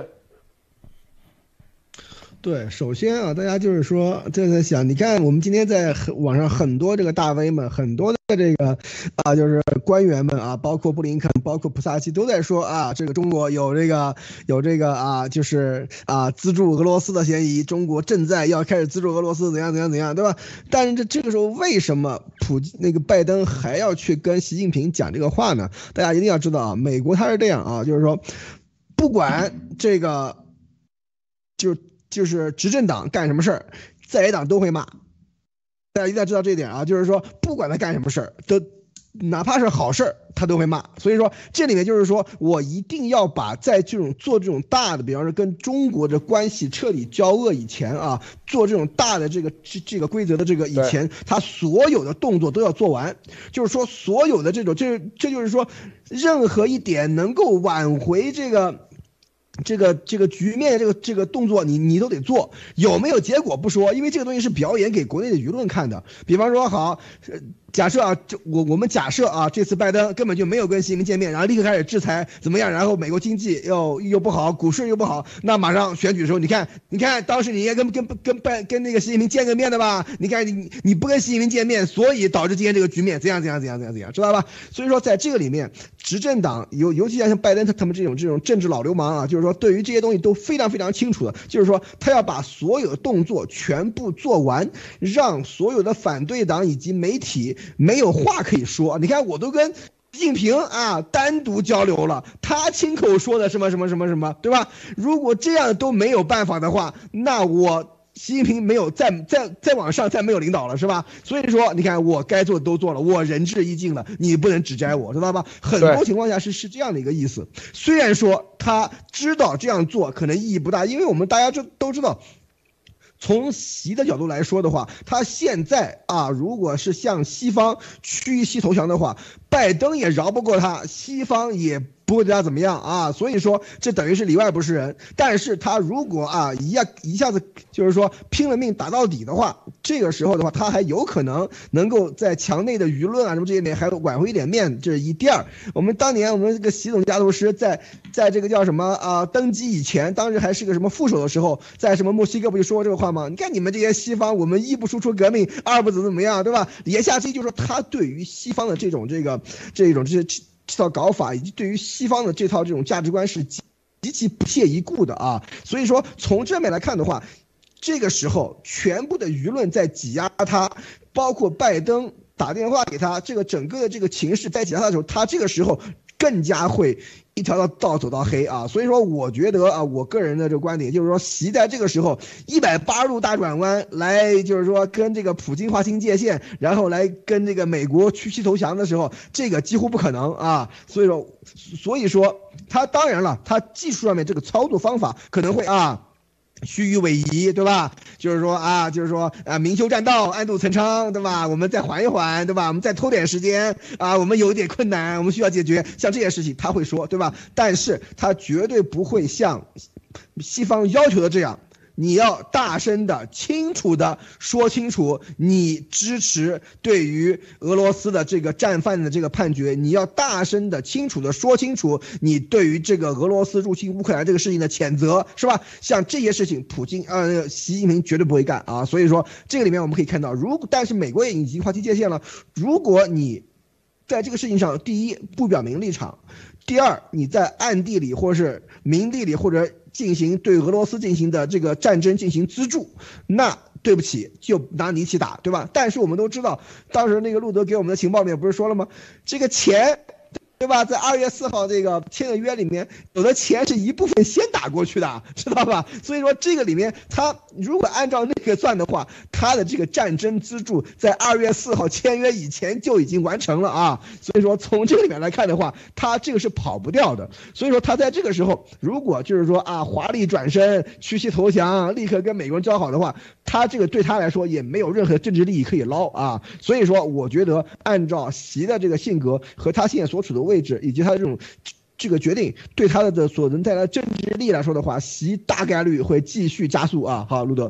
对，首先啊，大家就是说正在想，你看我们今天在网上很多这个大 V 们，很多的这个啊，就是官员们啊，包括布林肯，包括普萨基都在说啊，这个中国有这个有这个啊，就是啊资助俄罗斯的嫌疑，中国正在要开始资助俄罗斯，怎样怎样怎样，对吧？但是这这个时候为什么普那个拜登还要去跟习近平讲这个话呢？大家一定要知道啊，美国它是这样啊，就是说不管这个就。就是执政党干什么事儿，在野党都会骂，大家一定要知道这一点啊。就是说，不管他干什么事儿，都哪怕是好事儿，他都会骂。所以说，这里面就是说我一定要把在这种做这种大的，比方说跟中国的关系彻底交恶以前啊，做这种大的这个这这个规则的这个以前，他所有的动作都要做完。就是说，所有的这种，这这就是说，任何一点能够挽回这个。这个这个局面这个这个动作你你都得做，有没有结果不说，因为这个东西是表演给国内的舆论看的。比方说好，假设啊，这我我们假设啊，这次拜登根本就没有跟习近平见面，然后立刻开始制裁怎么样，然后美国经济又又不好，股市又不好，那马上选举的时候，你看你看当时你也跟跟跟拜跟那个习近平见个面的吧？你看你你不跟习近平见面，所以导致今天这个局面怎样怎样怎样怎样怎样，知道吧？所以说在这个里面，执政党尤尤其像拜登他他们这种这种政治老流氓啊，就是说对于这些东西都非常非常清楚的，就是说他要把所有的动作全部做完，让所有的反对党以及媒体没有话可以说。你看我都跟习近平啊单独交流了，他亲口说的什么什么什么什么，对吧？如果这样都没有办法的话，那我习近平没有再再再往上再没有领导了，是吧？所以说你看我该做的都做了，我仁至义尽了，你不能指摘我，知道吧？很多情况下是是这样的一个意思。虽然说他知道这样做可能意义不大，因为我们大家都都知道，从习的角度来说的话，他现在啊，如果是向西方屈膝投降的话，拜登也饶不过他，西方也不会对他怎么样啊，所以说这等于是里外不是人。但是他如果啊一下一下子就是说拼了命打到底的话，这个时候的话，他还有可能能够在墙内的舆论啊什么这些面还挽回一点面，这是一。第二，我们当年我们这个习总家族师在在这个叫什么啊登基以前，当时还是个什么副手的时候，在什么墨西哥不就说过这个话吗？你看你们这些西方，我们一不输出革命，二不怎么怎么样，对吧？言下之意就是说他对于西方的这种这个这种这这这套搞法，以及对于西方的这套这种价值观是极极其不屑一顾的啊。所以说从这面来看的话，这个时候全部的舆论在挤压他，包括拜登打电话给他，这个整个的这个情势在挤压他的时候，他这个时候更加会一条道道走到黑啊。所以说我觉得啊，我个人的这个观点就是说，习在这个时候一百八十度大转弯来，就是说跟这个普京划清界限，然后来跟这个美国屈膝投降的时候，这个几乎不可能啊。所以说所以说他当然了，他技术上面这个操作方法可能会啊虚与委蛇，对吧？就是说啊，就是说啊，明修栈道，暗度陈仓，对吧？我们再缓一缓，对吧？我们再拖点时间啊，我们有一点困难，我们需要解决，像这些事情他会说，对吧？但是他绝对不会像西方要求的这样，你要大声的、清楚的说清楚你支持对于俄罗斯的这个战犯的这个判决，你要大声的、清楚的说清楚你对于这个俄罗斯入侵乌克兰这个事情的谴责，是吧？像这些事情，普京呃，习近平绝对不会干啊。所以说，这个里面我们可以看到，如果但是美国也已经划清界限了，如果你在这个事情上，第一不表明立场，第二你在暗地里或是明地里或者进行对俄罗斯进行的这个战争进行资助，那对不起，就拿你一起打，对吧？但是我们都知道，当时那个路德给我们的情报里面不是说了吗？这个钱，对吧？在二月四号这个签的约里面，有的钱是一部分先打过去的，知道吧？所以说这个里面，他如果按照那个算的话，他的这个战争资助在二月四号签约以前就已经完成了啊。所以说从这个里面来看的话，他这个是跑不掉的。所以说他在这个时候，如果就是说啊华丽转身、屈膝投降，立刻跟美国人交好的话，他这个对他来说也没有任何政治利益可以捞啊。所以说，我觉得按照习的这个性格和他现在所处的位置以及他的这种这个决定，对他的所能带来政治利益来说的话，习大概率会继续加速啊。好，路德，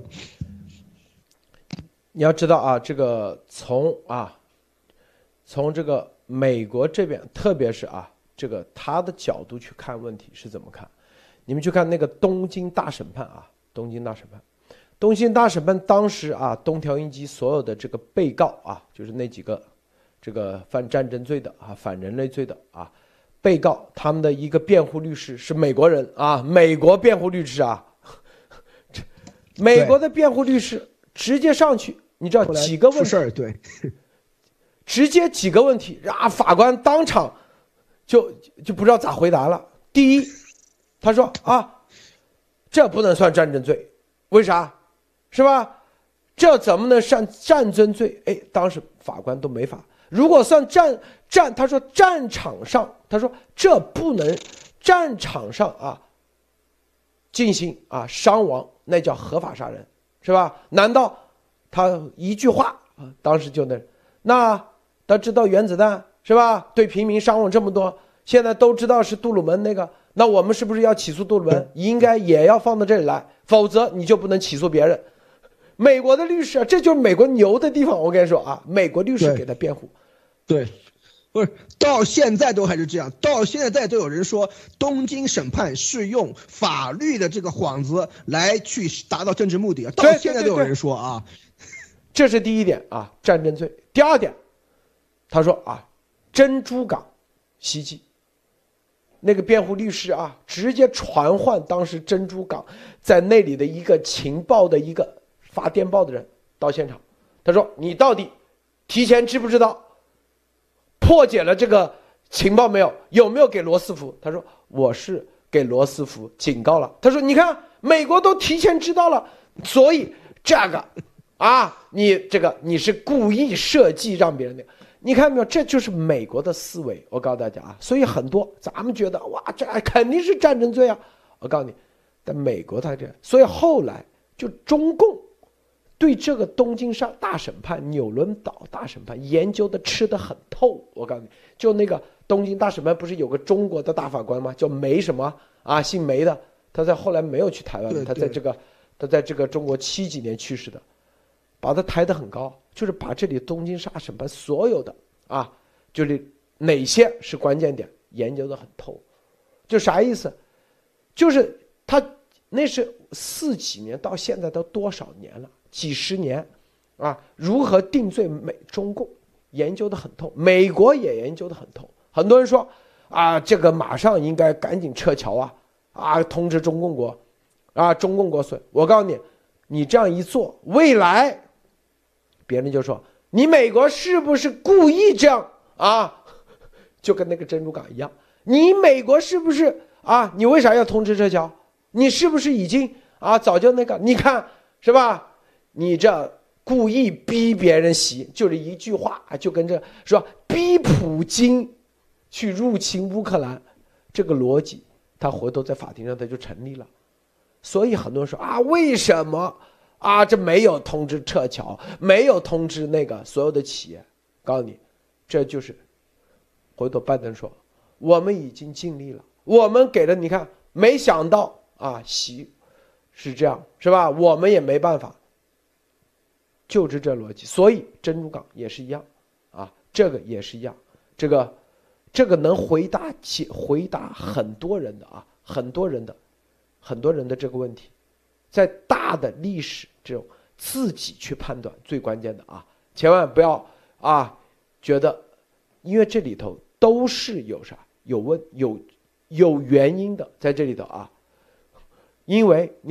你要知道啊，这个从啊，从这个美国这边，特别是啊，这个他的角度去看问题是怎么看？你们去看那个东京大审判啊，东京大审判，东京大审判当时啊，东条英机所有的这个被告啊，就是那几个这个犯战争罪的啊，反人类罪的啊，被告他们的一个辩护律师是美国人啊，美国辩护律师啊，美国的辩护律师直接上去，你知道几个问题？ 事对， 直接几个问题，啊，法官当场就就不知道咋回答了。第一，他说啊，这不能算战争罪，为啥？是吧？这怎么能算战争罪？哎，当时法官都没法。如果算战战，他说战场上，他说这不能战场上啊进行啊伤亡，那叫合法杀人，是吧？难道他一句话啊，当时就那那他知道原子弹是吧？对平民伤亡这么多，现在都知道是杜鲁门那个，那我们是不是要起诉杜鲁门？应该也要放到这里来，否则你就不能起诉别人。美国的律师啊，这就是美国牛的地方。我跟你说啊，美国律师给他辩护， 对，不是到现在都还是这样，到现在都有人说东京审判是用法律的这个幌子来去达到政治目的啊，到现在都有人说啊， 这是第一点啊，战争罪。第二点，他说啊，珍珠港袭击，那个辩护律师啊，直接传唤当时珍珠港在那里的一个情报的一个发电报的人到现场，他说你到底提前知不知道破解了这个情报没有？有没有给罗斯福？他说我是给罗斯福警告了。他说你看美国都提前知道了，所以这个啊，你这个你是故意设计让别人那个。你看没有，这就是美国的思维。我告诉大家啊，所以很多咱们觉得哇，这肯定是战争罪啊。我告诉你，但美国他这样，所以后来就中共对这个东京上大审判、纽伦岛大审判研究的吃得很透。我告诉你，就那个东京大审判不是有个中国的大法官吗？叫梅什么啊，姓梅的，他在后来没有去台湾，他在这个他在这个中国七几年去世的，把他抬得很高，就是把这里东京大审判所有的啊，就是哪些是关键点研究得很透。就啥意思？就是他那是四几年到现在都多少年了？几十年，啊，如何定罪美中共研究得很透，美国也研究得很透。很多人说啊，这个马上应该赶紧撤侨啊，啊，通知中共国，啊，中共国损。我告诉你，你这样一做，未来别人就说你美国是不是故意这样啊？就跟那个珍珠港一样，你美国是不是啊？你为啥要通知撤侨？你是不是已经啊早就那个？你看是吧？你这故意逼别人袭，就是一句话，就跟这说逼普京去入侵乌克兰，这个逻辑，他回头在法庭上他就成立了。所以很多人说啊，为什么啊这没有通知撤侨，没有通知那个所有的企业？告诉你，这就是回头拜登说，我们已经尽力了，我们给了你看，没想到啊袭是这样，是吧？我们也没办法。就是这逻辑，所以珍珠港也是一样，啊，这个也是一样，这个，这个能回答解回答很多人的啊，很多人的，很多人的这个问题，在大的历史这种自己去判断最关键的啊，千万不要啊觉得，因为这里头都是有啥有问有有原因的，在这里头啊，因为你看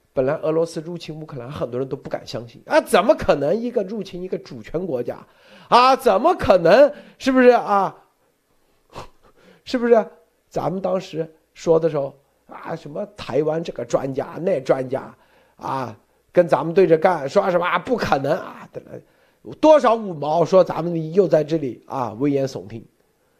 本来俄罗斯入侵乌克兰，很多人都不敢相信啊，怎么可能一个入侵一个主权国家啊？怎么可能？是不是啊？是不是？咱们当时说的时候啊，什么台湾这个专家那专家啊，跟咱们对着干，说什么啊不可能啊？多少五毛说咱们又在这里啊危言耸听。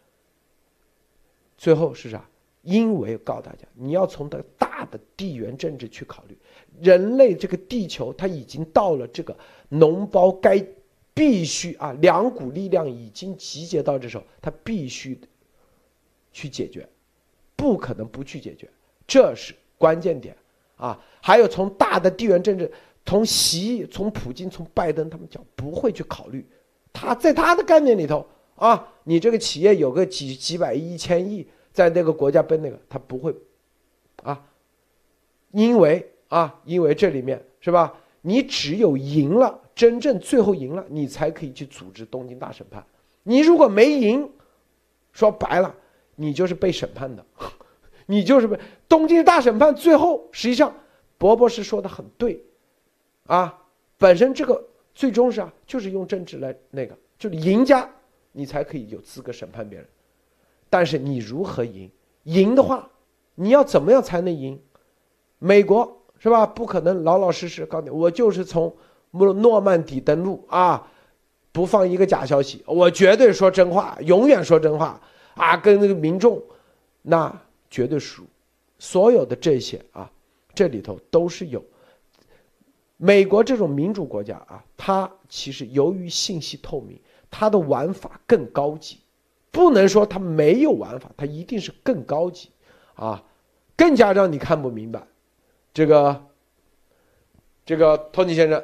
最后是啥？因为告诉大家，你要从的大的地缘政治去考虑，人类这个地球它已经到了这个脓包该必须啊，两股力量已经集结到这时候，它必须去解决，不可能不去解决，这是关键点啊。还有从大的地缘政治，从习、从普京、从拜登他们讲不会去考虑，他在他的概念里头啊，你这个企业有个几几百亿、一千亿。在那个国家被那个他不会啊，因为啊，因为这里面是吧？你只有赢了，真正最后赢了，你才可以去组织东京大审判。你如果没赢，说白了，你就是被审判的，你就是被东京大审判。最后实际上，博博士说的很对啊，本身这个最终是啊，就是用政治来那个，就是赢家，你才可以有资格审判别人。但是你如何赢？赢的话，你要怎么样才能赢？美国是吧？不可能老老实实告诉你，我就是从诺曼底登陆啊，不放一个假消息，我绝对说真话，永远说真话啊，跟那个民众那绝对输。所有的这些啊，这里头都是有美国这种民主国家啊，它其实由于信息透明，它的玩法更高级。不能说它没有玩法，它一定是更高级啊，更加让你看不明白。这个这个托尼先生，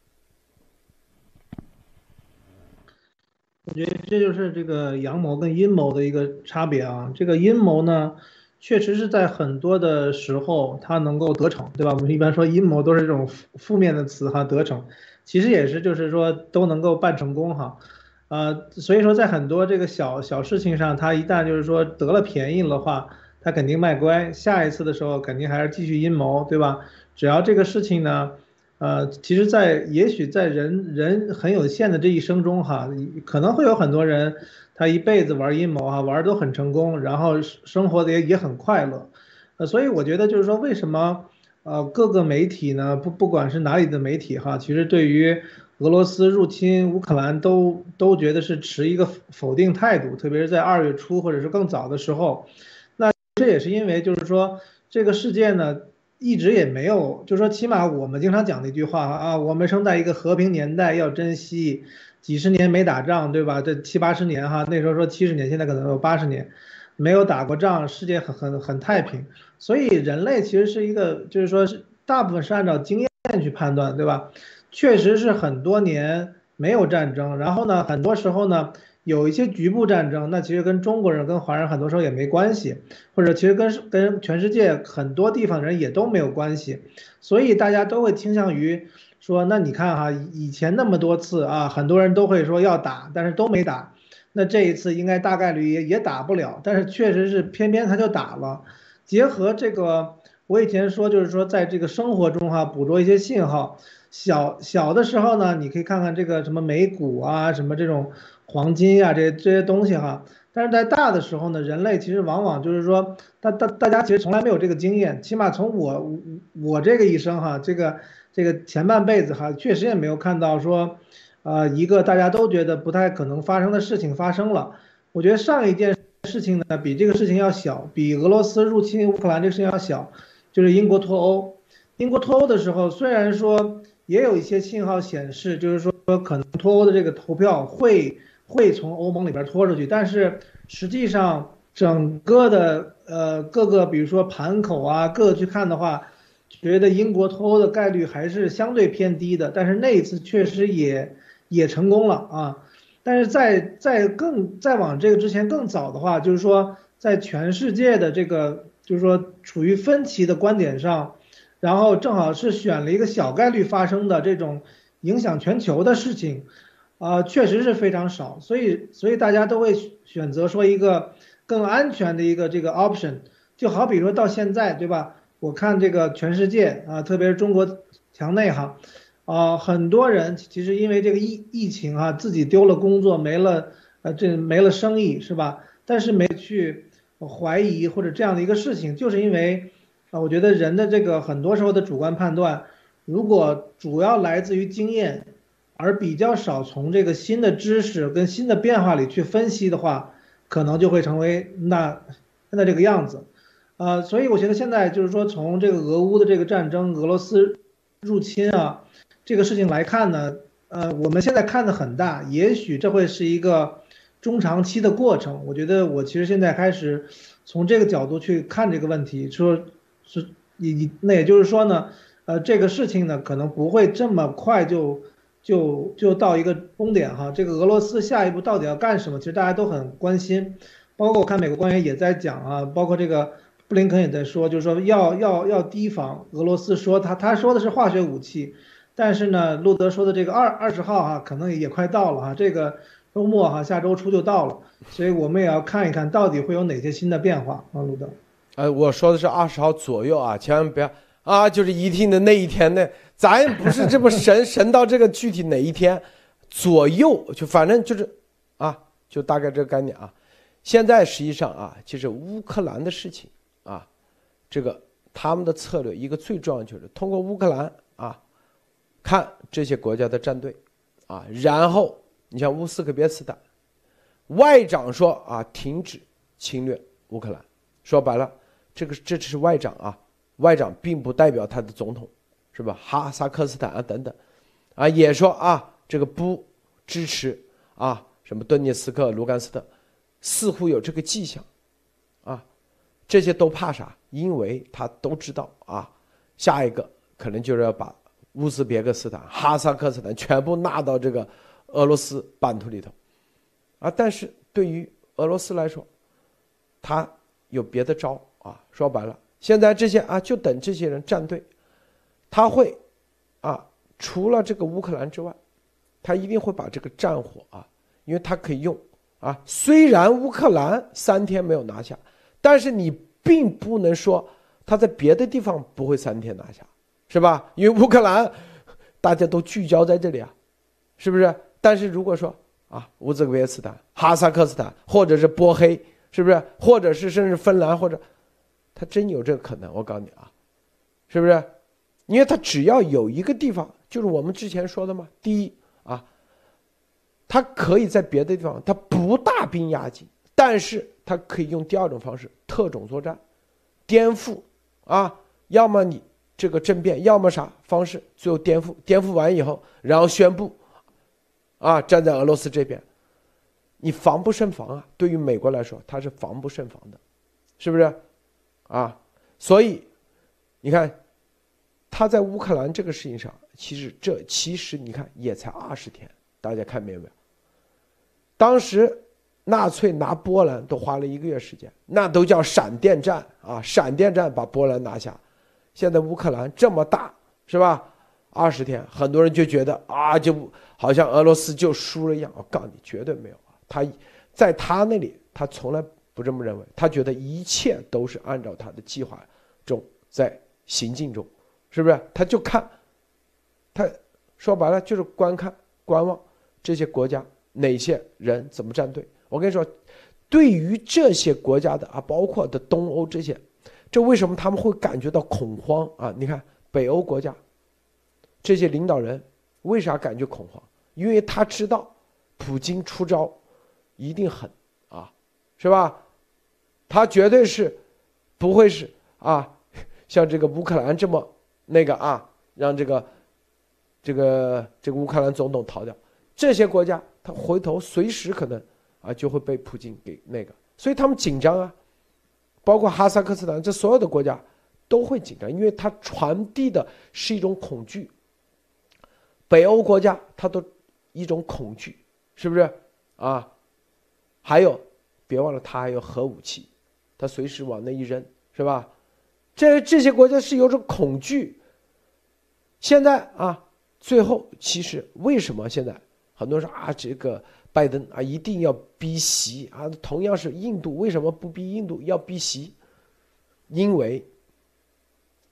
我觉得这就是这个阳谋跟阴谋的一个差别啊。这个阴谋呢，确实是在很多的时候它能够得逞，对吧？我们一般说阴谋都是这种负面的词哈，得逞，其实也是就是说都能够办成功哈。呃，所以说在很多这个小小事情上，他一旦就是说得了便宜的话，他肯定卖乖，下一次的时候肯定还是继续阴谋，对吧？只要这个事情呢，呃，其实在，也许在人人很有限的这一生中哈，可能会有很多人他一辈子玩阴谋哈，玩都很成功，然后生活的也也很快乐，呃，所以我觉得就是说为什么呃各个媒体呢，不不管是哪里的媒体哈，其实对于俄罗斯入侵乌克兰都都觉得是持一个否定态度，特别是在二月初或者是更早的时候，那这也是因为就是说这个事件呢一直也没有，就是说起码我们经常讲的一句话啊，我们生在一个和平年代要珍惜，几十年没打仗，对吧？这七八十年哈，那时候说七十年，现在可能有八十年没有打过仗，世界很很很太平，所以人类其实是一个就是说是大部分是按照经验去判断，对吧？确实是很多年没有战争，然后呢，很多时候呢有一些局部战争，那其实跟中国人、跟华人很多时候也没关系，或者其实跟跟全世界很多地方人也都没有关系，所以大家都会倾向于说，那你看哈，以前那么多次啊，很多人都会说要打，但是都没打，那这一次应该大概率也也打不了，但是确实是偏偏他就打了，结合这个我以前说就是说在这个生活中哈，捕捉一些信号。小小的时候呢，你可以看看这个什么美股啊，什么这种黄金啊，这些这些东西哈。但是在大的时候呢，人类其实往往就是说，大大大家其实从来没有这个经验，起码从我我这个一生哈，这个这个前半辈子哈，确实也没有看到说，呃，一个大家都觉得不太可能发生的事情发生了。我觉得上一件事情呢，比这个事情要小，比俄罗斯入侵乌克兰这个事情要小，就是英国脱欧。英国脱欧的时候，虽然说也有一些信号显示，就是说可能脱欧的这个投票会会从欧盟里边拖出去，但是实际上整个的呃各个比如说盘口啊，各个去看的话，觉得英国脱欧的概率还是相对偏低的。但是那一次确实也也成功了啊。但是在在更再往这个之前更早的话，就是说在全世界的这个就是说处于分歧的观点上。然后正好是选了一个小概率发生的这种影响全球的事情，啊、呃，确实是非常少，所以所以大家都会选择说一个更安全的一个这个 option，就好比说到现在，对吧？ 我看这个全世界啊，特别是中国墙内哈，啊，很多人其实因为这个疫疫情啊，自己丢了工作，没了呃这没了生意是吧？但是没去怀疑或者这样的一个事情，就是因为啊，我觉得人的这个很多时候的主观判断，如果主要来自于经验，而比较少从这个新的知识跟新的变化里去分析的话，可能就会成为那现在这个样子。呃，所以我觉得现在就是说，从这个俄乌的这个战争，俄罗斯入侵啊这个事情来看呢，呃，我们现在看的很大，也许这会是一个中长期的过程。我觉得我其实现在开始从这个角度去看这个问题，说是你那也就是说呢，呃，这个事情呢可能不会这么快就就就到一个终点哈。这个俄罗斯下一步到底要干什么，其实大家都很关心，包括我看美国官员也在讲啊，包括这个。布林肯也在说，就是说要要要提防俄罗斯说他他说的是化学武器，但是呢，路德说的这个二二十号哈、啊，可能也快到了哈、啊，这个周末哈、啊，下周初就到了，所以我们也要看一看到底会有哪些新的变化啊，路德。 呃，我说的是二十号左右啊，千万不要啊，就是一定的那一天呢，咱也不是这么神神到这个具体哪一天左右，就反正就是啊，就大概这个概念啊。现在实际上啊，其实乌克兰的事情。啊，这个他们的策略一个最重要的就是通过乌克兰啊，看这些国家的战队啊，然后你像乌斯克别斯坦外长说啊，停止侵略乌克兰，说白了，这个这只是外长啊，外长并不代表他的总统，是吧？哈萨克斯坦啊等等啊，也说啊，这个不支持啊，什么顿涅斯克、卢甘斯克，似乎有这个迹象啊。这些都怕啥？因为他都知道啊，下一个可能就是要把乌兹别克斯坦、哈萨克斯坦全部纳到这个俄罗斯版图里头，啊，但是对于俄罗斯来说，他有别的招啊。说白了，现在这些啊，就等这些人站队，他会啊，除了这个乌克兰之外，他一定会把这个战火啊，因为他可以用啊。虽然乌克兰三天没有拿下。但是你并不能说他在别的地方不会三天拿下，是吧？因为乌克兰大家都聚焦在这里啊，是不是？但是如果说啊，乌兹别克斯坦、哈萨克斯坦，或者是波黑，是不是？或者是甚至芬兰，或者他真有这个可能，我告诉你啊，是不是？因为他只要有一个地方，就是我们之前说的嘛，第一啊，他可以在别的地方，他不大兵压境。但是他可以用第二种方式，特种作战，颠覆啊，要么你这个政变，要么啥方式，最后颠覆，颠覆完以后，然后宣布啊，站在俄罗斯这边，你防不胜防啊。对于美国来说，他是防不胜防的，是不是啊？所以你看他在乌克兰这个事情上，其实这其实你看也才二十天，大家看明白没有？当时纳粹拿波兰都花了一个月时间，那都叫闪电战啊！闪电战把波兰拿下。现在乌克兰这么大，是吧？二十天，很多人就觉得啊，就好像俄罗斯就输了一样。我告诉你，绝对没有啊！他在他那里，他从来不这么认为，他觉得一切都是按照他的计划中在行进中，是不是？他就看，他说白了就是观看、观望这些国家哪些人怎么站队。我跟你说，对于这些国家的啊，包括的东欧这些，这为什么他们会感觉到恐慌啊？你看北欧国家这些领导人为啥感觉恐慌？因为他知道普京出招一定狠啊，是吧？他绝对是不会是啊，像这个乌克兰这么那个啊，让这个这个这个乌克兰总统逃掉。这些国家他回头随时可能啊就会被普京给那个，所以他们紧张啊，包括哈萨克斯坦这所有的国家都会紧张，因为它传递的是一种恐惧。北欧国家它都一种恐惧，是不是啊？还有别忘了，它还有核武器，它随时往那一扔，是吧？这这些国家是有种恐惧。现在啊，最后其实为什么现在很多人说啊，这个拜登啊一定要逼习啊，同样是印度，为什么不逼印度要逼习？因为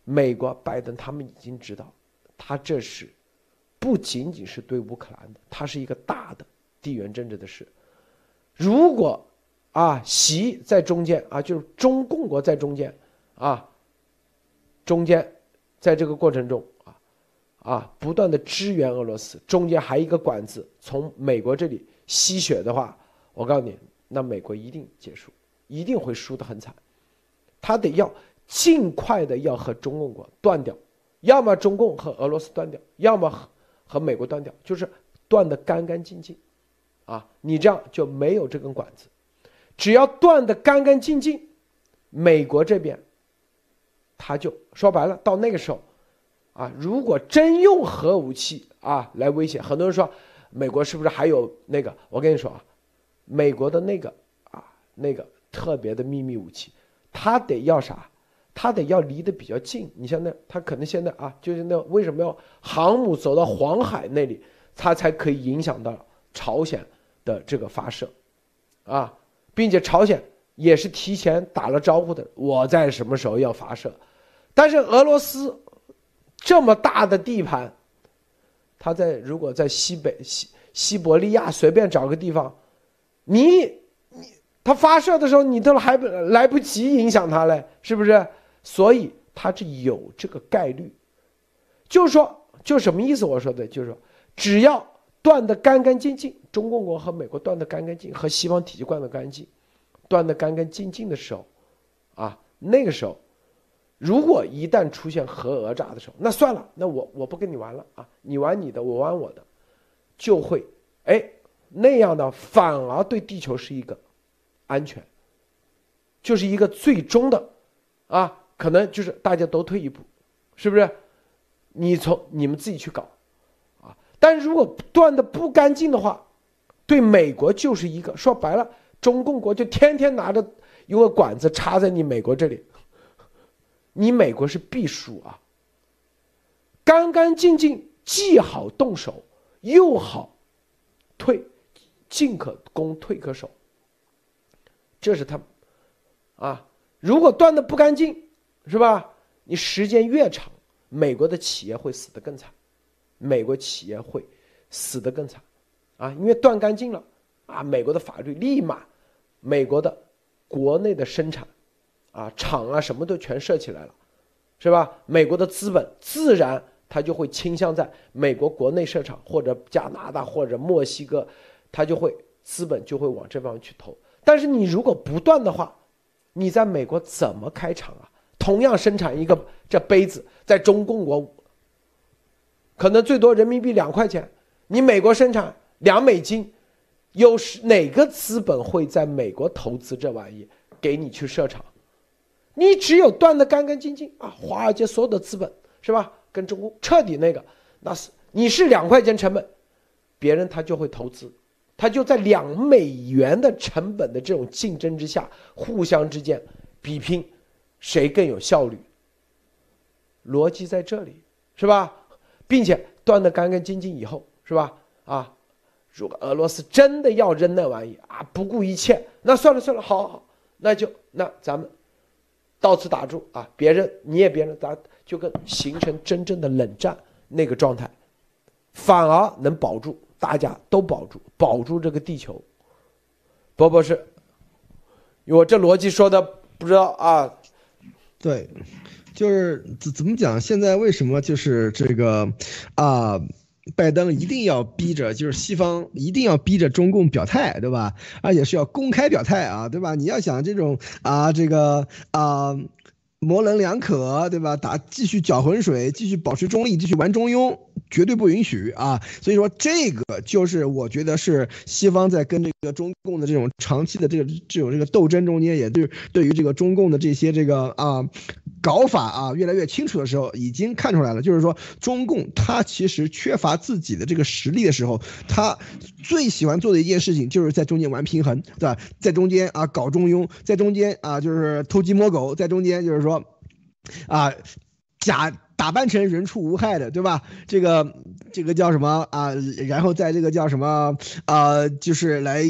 美国拜登他们已经知道，他这是不仅仅是对乌克兰的，它是一个大的地缘政治的事。如果啊习在中间啊，就是中共国在中间啊，中间在这个过程中啊啊不断的支援俄罗斯，中间还有一个管子从美国这里吸血的话，我告诉你，那美国一定结束，一定会输得很惨。他得要尽快的要和中共国断掉，要么中共和俄罗斯断掉，要么和和美国断掉，就是断得干干净净啊！你这样就没有这根管子。只要断得干干净净，美国这边他就说白了，到那个时候啊，如果真用核武器啊来威胁，很多人说美国是不是还有那个？我跟你说啊，美国的那个啊那个特别的秘密武器，他得要啥？他得要离得比较近。你像那他可能现在啊，就是那为什么要航母走到黄海那里，他才可以影响到朝鲜的这个发射啊，并且朝鲜也是提前打了招呼的，我在什么时候要发射。但是俄罗斯这么大的地盘，他在如果在西北西西伯利亚随便找个地方，你你他发射的时候你都还来不及影响他嘞，是不是？所以他是有这个概率，就是说，就什么意思？我说的就是说，只要断得干干净净，中共国和美国断得干干净，和西方体系断得干净，断得干干净净的时候，啊，那个时候，如果一旦出现核讹诈的时候，那算了，那我我不跟你玩了啊，你玩你的，我玩我的，就会，哎，那样的反而对地球是一个安全，就是一个最终的，啊。可能就是大家都退一步，是不是？你从你们自己去搞，啊！但是如果断的不干净的话，对美国就是一个说白了，中共国就天天拿着一个管子插在你美国这里，你美国是必输啊！干干净净，既好动手，又好退，进可攻，退可守，这是他们啊！如果断的不干净，是吧？你时间越长，美国的企业会死得更惨，美国企业会死得更惨，啊，因为断干净了，啊，美国的法律立马，美国的国内的生产，啊，厂啊什么都全设起来了，是吧？美国的资本自然它就会倾向在美国国内设厂，或者加拿大或者墨西哥，它就会资本就会往这方面去投。但是你如果不断的话，你在美国怎么开厂啊？同样生产一个这杯子，在中共国可能最多人民币两块钱，你美国生产两美金，有哪个资本会在美国投资这玩意给你去设厂？你只有断得干干净净啊！华尔街所有的资本是吧，跟中共彻底那个，那是你是两块钱成本，别人他就会投资，他就在两美元的成本的这种竞争之下，互相之间比拼。谁更有效率？逻辑在这里，是吧？并且断得干干净净以后，是吧？啊，如果俄罗斯真的要扔那玩意啊，不顾一切，那算了算了，好好好，那就那咱们到此打住啊！别人你也别人，咱就跟形成真正的冷战那个状态，反而能保住，大家都保住，保住这个地球。博博士，我这逻辑说的不知道啊。 对，就是怎怎么讲？现在为什么就是这个啊，拜登一定要逼着，就是西方一定要逼着中共表态，对吧？而且是要公开表态啊，对吧？你要想这种啊，这个啊。模棱两可，对吧？打继续搅浑水，继续保持中立，继续玩中庸，绝对不允许啊！所以说，这个就是我觉得是西方在跟这个中共的这种长期的这个这种这个斗争中间，也对对于这个中共的这些这个啊搞法啊越来越清楚的时候，已经看出来了。就是说，中共他其实缺乏自己的这个实力的时候，他最喜欢做的一件事情就是在中间玩平衡，对吧？在中间啊搞中庸，在中间啊就是偷鸡摸狗，在中间就是说。啊，假打扮成人畜无害的，对吧？这个这个叫什么啊？然后在这个叫什么啊，就是来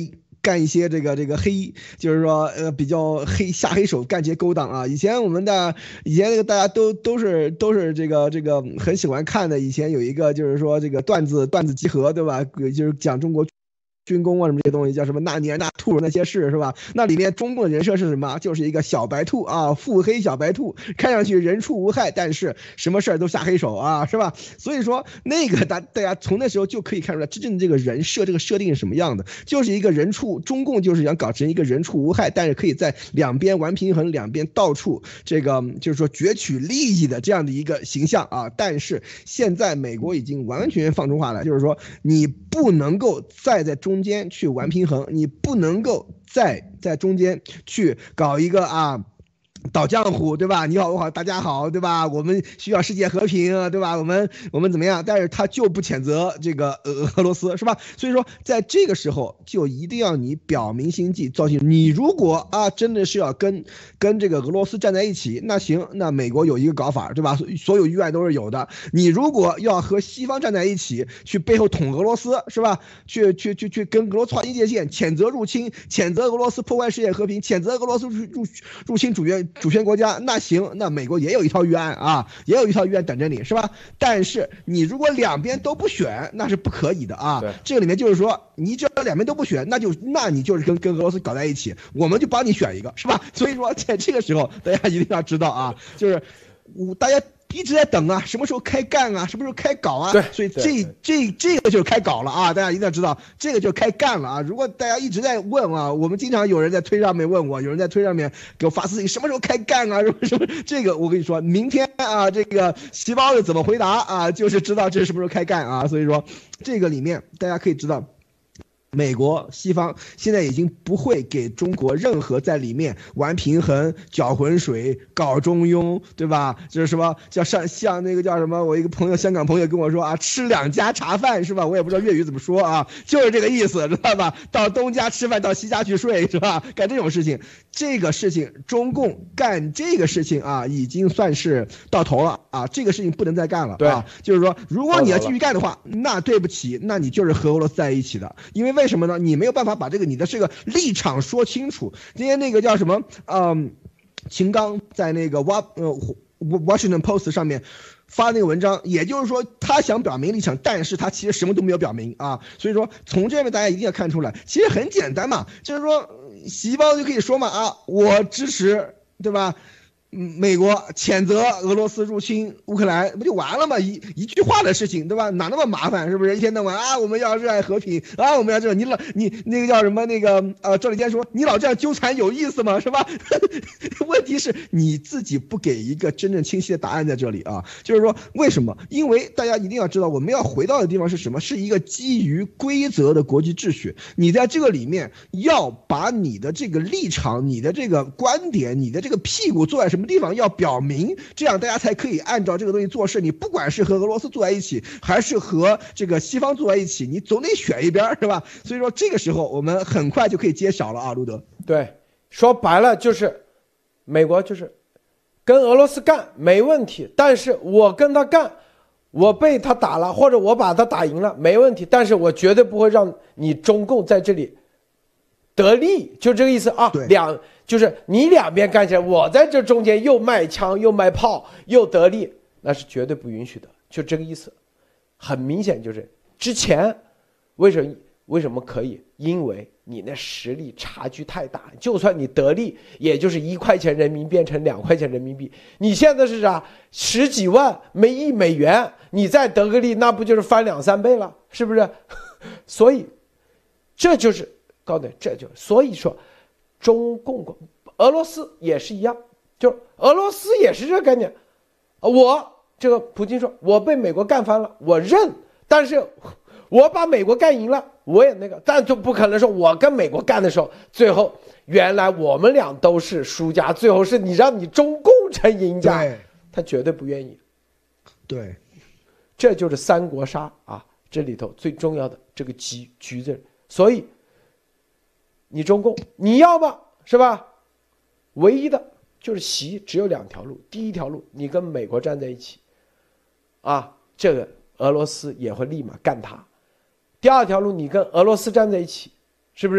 干一些这个这个黑，就是说呃比较黑下黑手，干这些勾当啊。以前我们的以前那个大家都都是都是这个这个很喜欢看的，以前有一个就是说这个段子段子集合，对吧？就是讲中国军工啊什么这些东西，叫什么那年那兔那些事，是吧？那里面中共的人设是什么？就是一个小白兔啊，腹黑小白兔，看上去人畜无害，但是什么事儿都下黑手啊，是吧？所以说那个大大家从那时候就可以看出来，真正的这个人设这个设定是什么样的，就是一个人畜，中共就是想搞成一个人畜无害，但是可以在两边玩平衡，两边到处这个就是说攫取利益的这样的一个形象啊。但是现在美国已经完全放出话来，就是说你不能够再在中中间去玩平衡，你不能够再在中间去搞一个啊倒浆糊，对吧？你好我好大家好，对吧？我们需要世界和平，对吧？我们我们怎么样？但是他就不谴责这个俄俄罗斯，是吧？所以说在这个时候就一定要你表明心迹，造心。你如果啊真的是要跟跟这个俄罗斯站在一起，那行，那美国有一个搞法，对吧？所有预案都是有的。你如果要和西方站在一起，去背后捅俄罗斯，是吧？去去去去跟俄罗斯划清界限，谴责入侵，谴责俄罗斯破坏世界和平，谴责俄罗斯入入入侵主权。主权国家，那行，那美国也有一套预案啊，也有一套预案等着你，是吧？但是你如果两边都不选，那是不可以的啊。这个里面就是说，你只要两边都不选，那就那你就是跟跟俄罗斯搞在一起，我们就帮你选一个，是吧？所以说，在这个时候，大家一定要知道啊，就是我大家一直在等啊，什么时候开干啊，什么时候开搞啊？ 对， 所以这这这个就是开搞了啊！大家一定要知道，这个就是开干了啊！如果大家一直在问啊，我们经常有人在推上面问我，有人在推上面给我发私信，什么时候开干啊？什么什么？这个我跟你说，明天啊，这个细胞子怎么回答啊？就是知道这是什么时候开干啊！所以说，这个里面大家可以知道。美国西方现在已经不会给中国任何在里面玩平衡、搅浑水、搞中庸，对吧？就是什么叫上像那个叫什么？我一个朋友，香港朋友跟我说啊，吃两家茶饭是吧？我也不知道粤语怎么说啊，就是这个意思，知道吧？到东家吃饭，到西家去睡，是吧？干这种事情，这个事情中共干这个事情啊，已经算是到头了啊，这个事情不能再干了啊。就是说，如果你要继续干的话，那对不起，那你就是和俄罗斯在一起的，因为为。为什么呢？你没有办法把这个你的这个立场说清楚。今天那个叫什么？嗯，秦刚在那个哇呃 Washington Post 上面发那个文章，也就是说他想表明立场，但是他其实什么都没有表明啊。所以说从这边大家一定要看出来，其实很简单嘛，就是说习包就可以说嘛啊，我支持，对吧？美国谴责俄罗斯入侵乌克兰，不就完了吗？一一句话的事情，对吧？哪那么麻烦？是不是？一天到晚啊，我们要热爱和平啊，我们要这，你老你那个叫什么？那个呃，赵立坚说，你老这样纠缠有意思吗？是吧？问题是你自己不给一个真正清晰的答案在这里啊，就是说为什么？因为大家一定要知道，我们要回到的地方是什么？是一个基于规则的国际秩序。你在这个里面要把你的这个立场、你的这个观点、你的这个屁股坐在什么地方要表明，这样大家才可以按照这个东西做事。你不管是和俄罗斯坐在一起，还是和这个西方坐在一起，你总得选一边，是吧？所以说这个时候我们很快就可以揭晓了啊，路德。 对，说白了就是美国就是跟俄罗斯干没问题，但是我跟他干，我被他打了，或者我把他打赢了没问题，但是我绝对不会让你中共在这里得利，就这个意思啊。两就是你两边干起来，我在这中间又卖枪又卖炮又得利，那是绝对不允许的，就这个意思。很明显就是之前为什么为什么可以？因为你那实力差距太大，就算你得利，也就是一块钱人民变成两块钱人民币。你现在是啥？十几万没亿美元，你再得个利，那不就是翻两三倍了？是不是？所以这就是告诉你，这就所以说，中共、俄罗斯也是一样，就俄罗斯也是这个概念。我这个普京说，我被美国干翻了，我认，但是我把美国干赢了，我也那个，但就不可能说我跟美国干的时候，最后原来我们俩都是输家，最后是你让你中共成赢家，他绝对不愿意。 对， 这就是三国杀啊，这里头最重要的这个局局子，所以。你中共你要吧是吧？唯一的就是习只有两条路，第一条路你跟美国站在一起，啊，这个俄罗斯也会立马干他；第二条路你跟俄罗斯站在一起，是不是？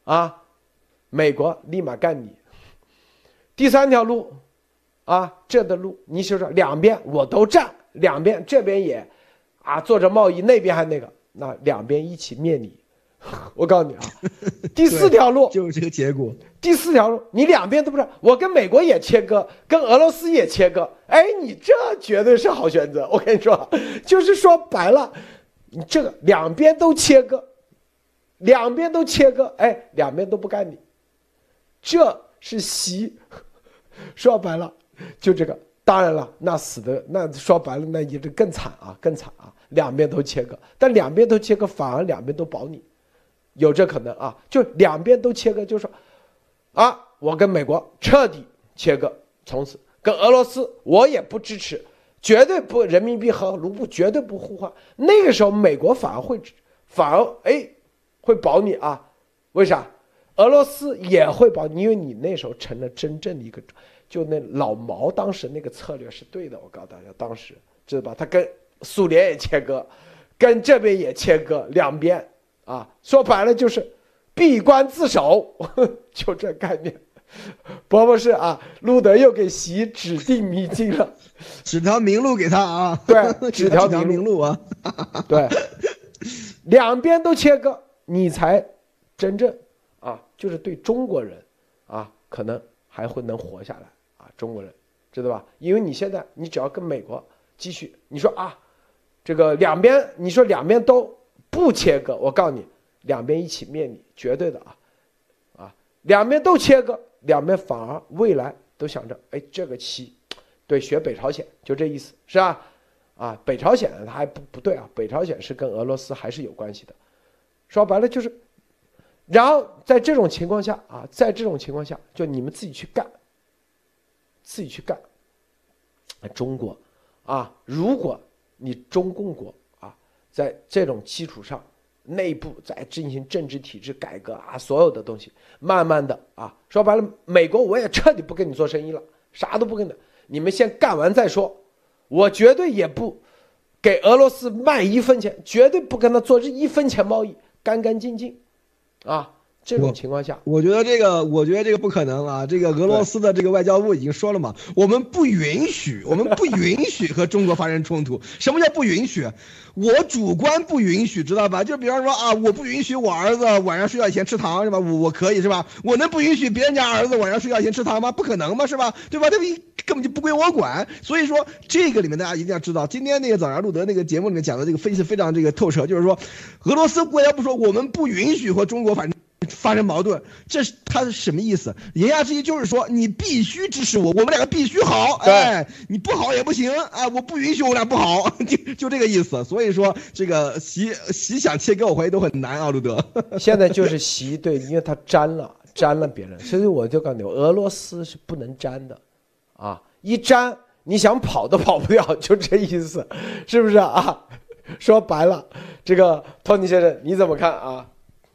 啊，美国立马干你。第三条路，啊，这的路你说说，两边我都占，两边这边也，啊，做着贸易，那边还那个，那两边一起灭你。我告诉你啊，第四条路就是这个结果。 第四条路，你两边都不是，我跟美国也切割，跟俄罗斯也切割，哎，你这绝对是好选择。我跟你说，就是说白了，你这个两边都切割，两边都切割，哎，两边都不干你，这是习。说白了，就这个。当然了，那死的那说白了，那也是更惨啊，更惨啊，两边都切割，但两边都切割，反而两边都保你。有这可能啊，就两边都切割，就是说，啊，我跟美国彻底切割，从此跟俄罗斯我也不支持，绝对不人民币和卢布绝对不互换。那个时候美国反而会，反而哎会保你啊，为啥？俄罗斯也会保你，因为你那时候成了真正的一个，就那老毛当时那个策略是对的，我告诉大家，当时知道吧？他跟苏联也切割，跟这边也切割，两边。啊，说白了就是闭关自守，就这概念。伯伯是啊，路德又给习指定迷津了， 指条明路给他啊。 对，指条明明路啊。 对，两边都切割，你才真正啊，就是对中国人啊，可能还会能活下来啊，中国人知道吧？因为你现在你只要跟美国继续，你说啊，这个两边你说两边都。不切割，我告诉你，两边一起灭你，绝对的啊，啊，两边都切割，两边反而未来都想着，哎，这个棋，对，学北朝鲜就这意思，是吧？啊，北朝鲜它还不不对啊，北朝鲜是跟俄罗斯还是有关系的，说白了就是，然后在这种情况下啊，在这种情况下，就你们自己去干，自己去干，中国啊，如果你中共国。在这种基础上，内部再进行政治体制改革啊，所有的东西，慢慢的啊，说白了，美国我也彻底不跟你做生意了，啥都不跟你，你们先干完再说，我绝对也不给俄罗斯卖一分钱，绝对不跟他做这一分钱贸易，干干净净，啊。这种情况下， 我觉得这个，我觉得这个不可能啊！这个俄罗斯的这个外交部已经说了嘛，我们不允许，我们不允许和中国发生冲突。什么叫不允许？我主观不允许，知道吧？就比方说啊，我不允许我儿子晚上睡觉以前吃糖，是吧？我我可以是吧？我能不允许别人家儿子晚上睡觉以前吃糖吗？不可能嘛，是吧？对吧？这个根本就不归我管。所以说，这个里面大家一定要知道，今天那个早上路德那个节目里面讲的这个分析非常这个透彻，就是说，俄罗斯外交部说我们不允许和中国反正。发生矛盾，这是他是什么意思？言下之意就是说，你必须支持我，我们两个必须好，哎，你不好也不行啊，我不允许我俩不好，就就这个意思。所以说，这个习习想切割我怀疑都很难啊，路德。 现在就是习对，因为他沾了沾了别人，所以我就告诉你，俄罗斯是不能沾的，啊，一沾你想跑都跑不掉，就这意思，是不是啊？说白了，这个托尼先生你怎么看啊？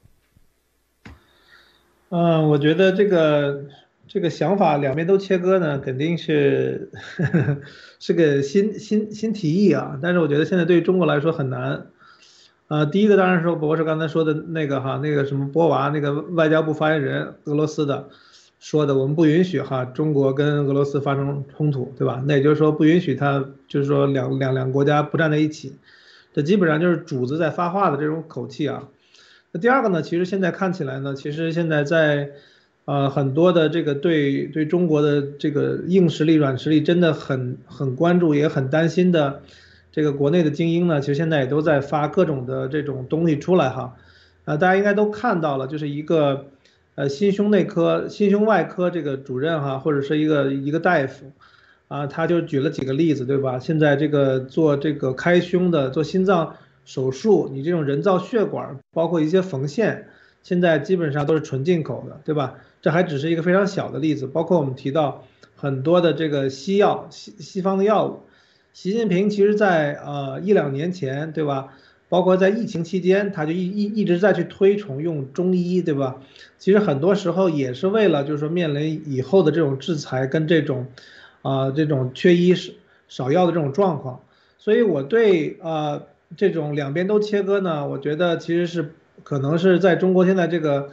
嗯，我觉得这个这个想法两边都切割呢，肯定是呵呵是个新新新提议啊。但是我觉得现在对于中国来说很难。呃，第一个当然说博士刚才说的那个哈，那个什么波娃那个外交部发言人俄罗斯的说的，我们不允许哈中国跟俄罗斯发生冲突，对吧？那也就是说不允许他就是说两两两国家不站在一起，这基本上就是主子在发话的这种口气啊。那第二个呢，其实现在看起来呢，其实现在在，呃，很多的这个对对中国的这个硬实力、软实力真的很很关注，也很担心的，这个国内的精英呢，其实现在也都在发各种的这种东西出来哈，啊，大家应该都看到了，就是一个，呃，心胸内科、心胸外科这个主任哈，或者是一个一个大夫，啊，他就举了几个例子，对吧？现在这个做这个开胸的、做心脏手术，你这种人造血管，包括一些缝线，现在基本上都是纯进口的，对吧？这还只是一个非常小的例子，包括我们提到很多的这个西药、西西方的药物。习近平其实在呃一两年前，对吧？包括在疫情期间，他就一一一直在去推崇用中医，对吧？其实很多时候也是为了就是说面临以后的这种制裁跟这种，啊、呃、这种缺医少药的这种状况，所以我对呃。这种两边都切割呢，我觉得其实是可能是在中国现在这个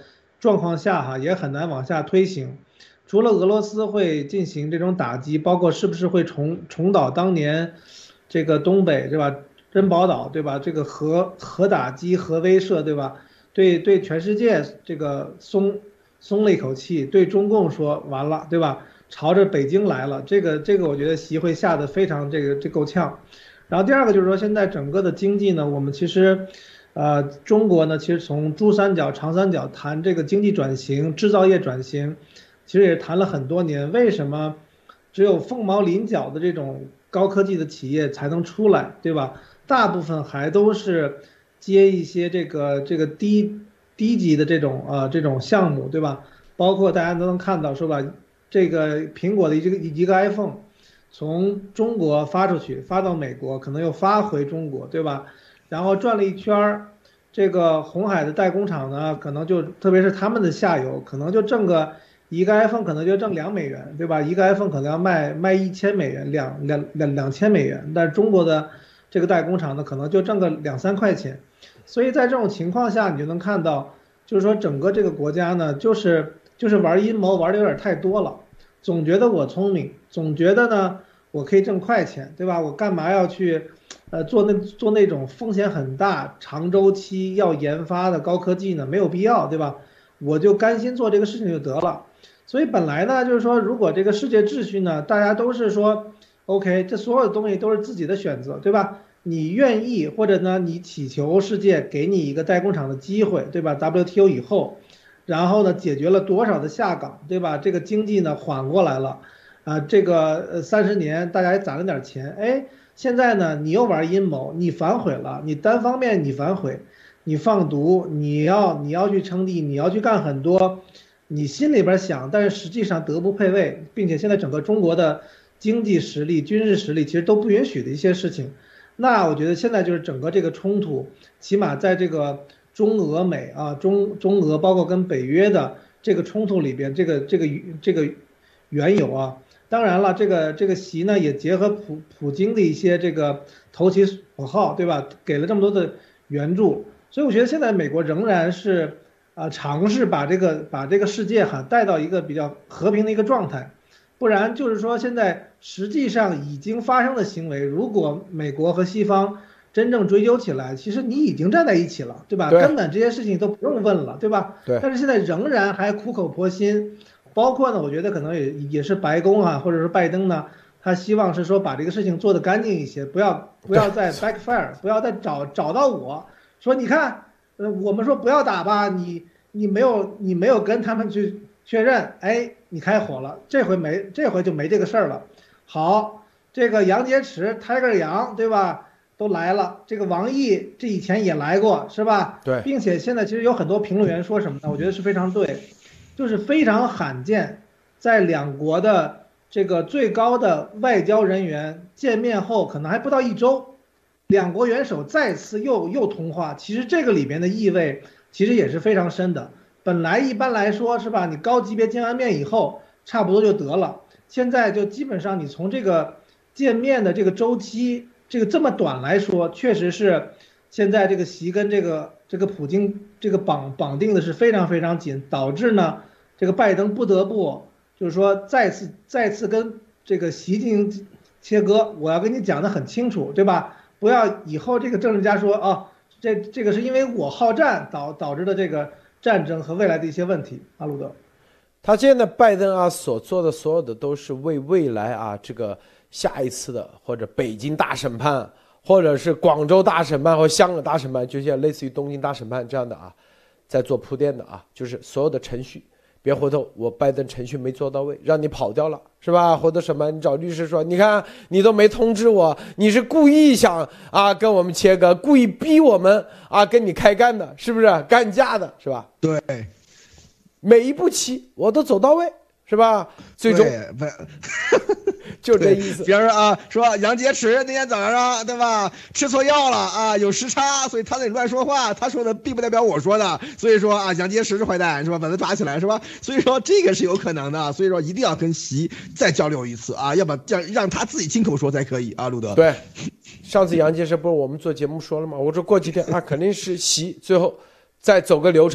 状况下哈，也很难往下推行。除了俄罗斯会进行这种打击，包括是不是会重重蹈当年这个东北对吧，珍宝岛对吧，这个核核打击、核威慑对吧，对对全世界这个松松了一口气，对中共说完了对吧，朝着北京来了，这个这个我觉得习会下的非常这个这够呛。然后第二个就是说，现在整个的经济呢，我们其实。呃，中国呢，其实从珠三角、长三角谈这个经济转型、制造业转型，其实也谈了很多年。为什么只有凤毛麟角的这种高科技的企业才能出来，对吧？大部分还都是接一些这个这个低低级的这种呃这种项目，对吧？包括大家都能看到，说吧，这个苹果的一个一个 iPhone 从中国发出去，发到美国，可能又发回中国，对吧？然后转了一圈儿，这个鸿海的代工厂呢，可能就特别是他们的下游，可能就挣个一个 iPhone 可能就挣两美元，对吧？一个 iPhone 可能要卖卖一千美元，两两两两千美元，但是中国的这个代工厂呢，可能就挣个两三块钱。所以在这种情况下，你就能看到，就是说整个这个国家呢，就是就是玩阴谋玩的有点太多了，总觉得我聪明，总觉得呢我可以挣快钱，对吧？我干嘛要去？呃，做那做那种风险很大、长周期要研发的高科技呢，没有必要，对吧？我就甘心做这个事情就得了。所以本来呢，就是说，如果这个世界秩序呢，大家都是说 ，OK， 这所有的东西都是自己的选择，对吧？你愿意或者呢，你祈求世界给你一个代工厂的机会，对吧 ？W T O 以后，然后呢，解决了多少的下岗，对吧？这个经济呢缓过来了，啊，这个呃三十年大家也攒了点钱，哎。现在呢，你又玩阴谋，你反悔了，你单方面你反悔，你放毒，你要你要去称帝，你要去干很多，你心里边想，但是实际上德不配位，并且现在整个中国的经济实力、军事实力其实都不允许的一些事情，那我觉得现在就是整个这个冲突，起码在这个中俄美啊、中中俄包括跟北约的这个冲突里边，这个这个这个缘由啊。当然了，这个这个习呢也结合普普京的一些这个投其所好，对吧？给了这么多的援助，所以我觉得现在美国仍然是啊、呃、尝试把这个把这个世界哈带到一个比较和平的一个状态，不然就是说现在实际上已经发生的行为，如果美国和西方真正追究起来，其实你已经站在一起了，对吧？ 对根本这些事情都不用问了，对吧？ 对。 但是现在仍然还苦口婆心。包括呢，我觉得可能也也是白宫啊，或者是拜登呢，他希望是说把这个事情做得干净一些，不要不要再 backfire， 不要再找找到我说你看，呃，我们说不要打吧，你你没有你没有跟他们去确认，哎，你开火了，这回没这回就没这个事儿了。好，这个杨洁篪 Tiger 杨对吧，都来了，这个王毅这以前也来过是吧？ 对， 并且现在其实有很多评论员说什么呢？我觉得是非常对。就是非常罕见，在两国的这个最高的外交人员见面后，可能还不到一周，两国元首再次又又通话。其实这个里边的意味其实也是非常深的。本来一般来说是吧，你高级别见完面以后差不多就得了，现在就基本上你从这个见面的这个周期，这个这么短来说，确实是现在这个习跟这个这个普京这个绑绑定的是非常非常紧，导致呢。这个拜登不得不就是说再次再次跟这个习进行切割，我要跟你讲得很清楚，对吧？不要以后这个政治家说啊，这这个是因为我好战导导致的这个战争和未来的一些问题。阿鲁德， 他现在拜登啊所做的所有的都是为未来啊这个下一次的或者北京大审判，或者是广州大审判或香港大审判，就像类似于东京大审判这样的啊，在做铺垫的啊，就是所有的程序。别回头，我拜登程序没做到位，让你跑掉了，是吧？或者什么？你找律师说，你看你都没通知我，你是故意想啊跟我们切割，故意逼我们啊跟你开干的，是不是？干架的，是吧？ 对， 每一步棋我都走到位，是吧？最终就这意思。 比方说啊，说杨洁篪那天早上对吧，吃错药了啊，有时差，所以他那里乱说话，他说的并不代表我说的，所以说啊，杨洁篪是坏蛋是吧，把他抓起来是吧？所以说这个是有可能的，所以说一定要跟习再交流一次啊，要把让让他自己亲口说才可以啊，路德。 对，上次杨洁篪不是我们做节目说了吗？我说过几天啊，肯定是习最后再走个流程，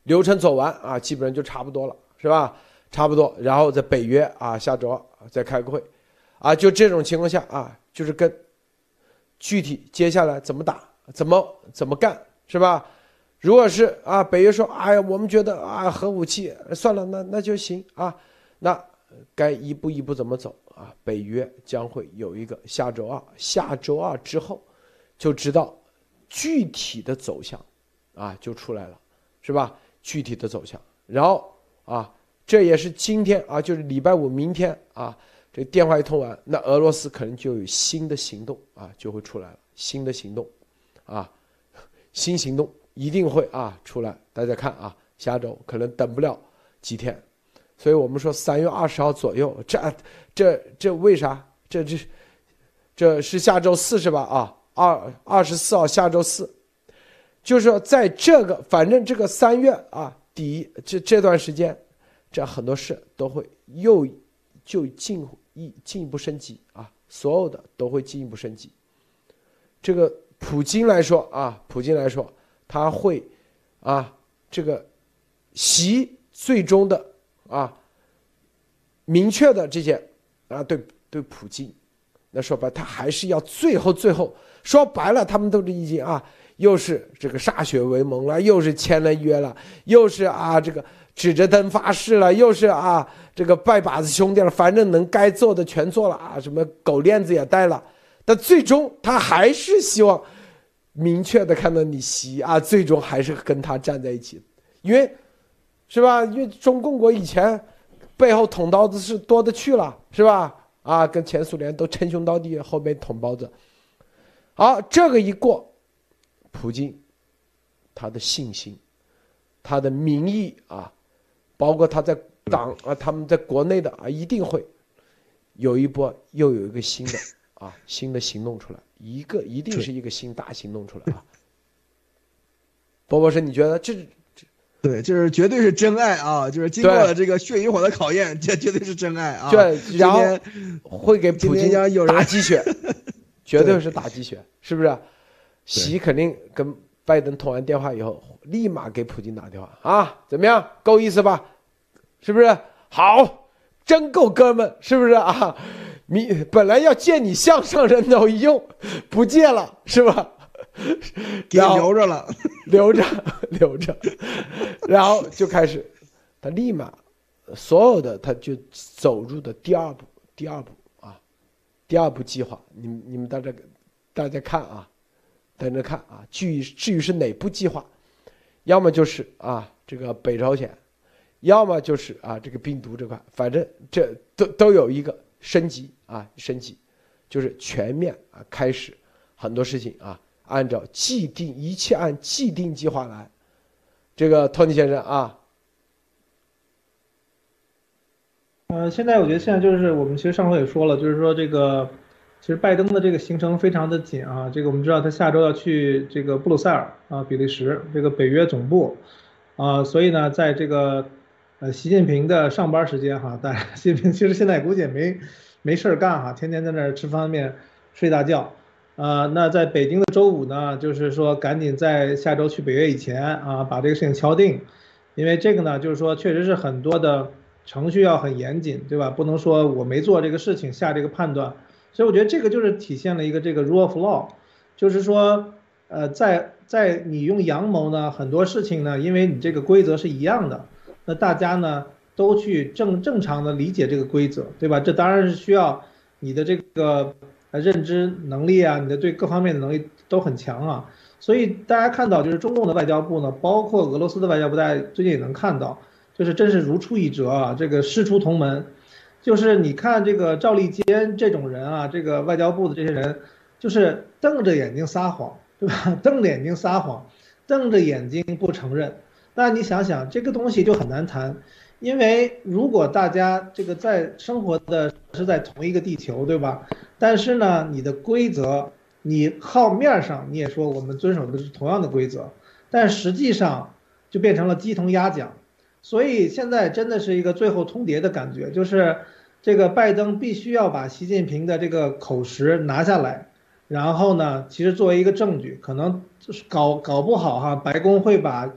流程走完啊，基本上就差不多了，是吧？差不多，然后在北约啊，下周二再开个会，啊，就这种情况下啊，就是跟具体接下来怎么打，怎么怎么干，是吧？如果是啊，北约说，哎呀，我们觉得啊，核武器算了，那那就行啊，那该一步一步怎么走啊？北约将会有一个下周二，下周二之后就知道具体的走向啊，就出来了，是吧？具体的走向，然后啊，这也是今天啊，就是礼拜五明天啊，这电话一通完，那俄罗斯可能就有新的行动啊，就会出来了，新的行动啊，新行动一定会啊出来，大家看啊，下周可能等不了几天，所以我们说三月二十号左右，这这这为啥？这这这是下周四是吧？啊，二二十四号下周四。就是说，在这个反正这个三月啊底这这段时间，这很多事都会又就进一进一步升级啊，所有的都会进一步升级。这个普京来说啊，普京来说，他会啊这个习最终的啊明确的这些啊对对普京，那说白他还是要最后最后说白了，他们都是已经啊。又是这个歃血为盟了，又是签了约了，又是啊这个指着灯发誓了，又是啊这个拜把子兄弟了，反正能该做的全做了啊，什么狗链子也戴了，但最终他还是希望明确的看到你习啊，最终还是跟他站在一起，因为是吧？因为中共国以前背后捅刀子是多的去了，是吧？啊，跟前苏联都称兄道弟，后面捅包子。好，这个一过。普京他的信心，他的民意啊，包括他在党啊，他们在国内的啊，一定会有一波又有一个新的啊新的行动出来，一个一定是一个新大行动出来啊。波波生，你觉得这这对，就是绝对是真爱啊！就是经过了这个血与火的考验，这绝对是真爱啊！ 对，然后会给普京打鸡血，绝对是打鸡血，是不是？习肯定跟拜登通完电话以后，立马给普京打电话啊，怎么样，够意思吧？是不是？好，真够哥们，是不是啊？你本来要借你项上人头一用，不借了，是吧？ 给留着了， 留着留着，然后就开始，他立马所有的他就走入的第二步，第二步啊，第二步计划，你们你们大家大家看啊。等着看啊，至于至于是哪部计划，要么就是啊这个北朝鲜，要么就是啊这个病毒这块，反正这都都有一个升级啊升级，就是全面啊开始很多事情啊按照既定一切按既定计划来。这个托尼先生啊， 呃，现在我觉得现在就是我们其实上回也说了，就是说这个。其实拜登的这个行程非常的紧啊，这个我们知道他下周要去这个布鲁塞尔啊，比利时这个北约总部，啊，所以呢，在这个呃习近平的上班时间哈，当然习近平其实现在估计也没没事儿干哈，天天在那儿吃方便面睡大觉，啊，那在北京的周五呢，就是说赶紧在下周去北约以前啊，把这个事情敲定，因为这个呢，就是说确实是很多的程序要很严谨，对吧？不能说我没做这个事情下这个判断。所以我觉得这个就是体现了一个这个 rule of law， 就是说，呃，在在你用阳谋呢，很多事情呢，因为你这个规则是一样的，那大家呢都去正正常的理解这个规则，对吧？这当然是需要你的这个认知能力啊，你的对各方面的能力都很强啊。所以大家看到就是中共的外交部呢，包括俄罗斯的外交部，大家最近也能看到，就是真是如出一辙啊，这个师出同门。就是你看这个赵立坚这种人啊，这个外交部的这些人，就是瞪着眼睛撒谎，对吧？瞪着眼睛撒谎，瞪着眼睛不承认。那你想想，这个东西就很难谈，因为如果大家这个在生活的是在同一个地球，对吧？但是呢，你的规则，你号面上你也说我们遵守的是同样的规则，但实际上就变成了鸡同鸭讲。所以现在真的是一个最后通牒的感觉，就是这个拜登必须要把习近平的这个口实拿下来，然后呢，其实作为一个证据，可能搞搞不好哈，白宫会把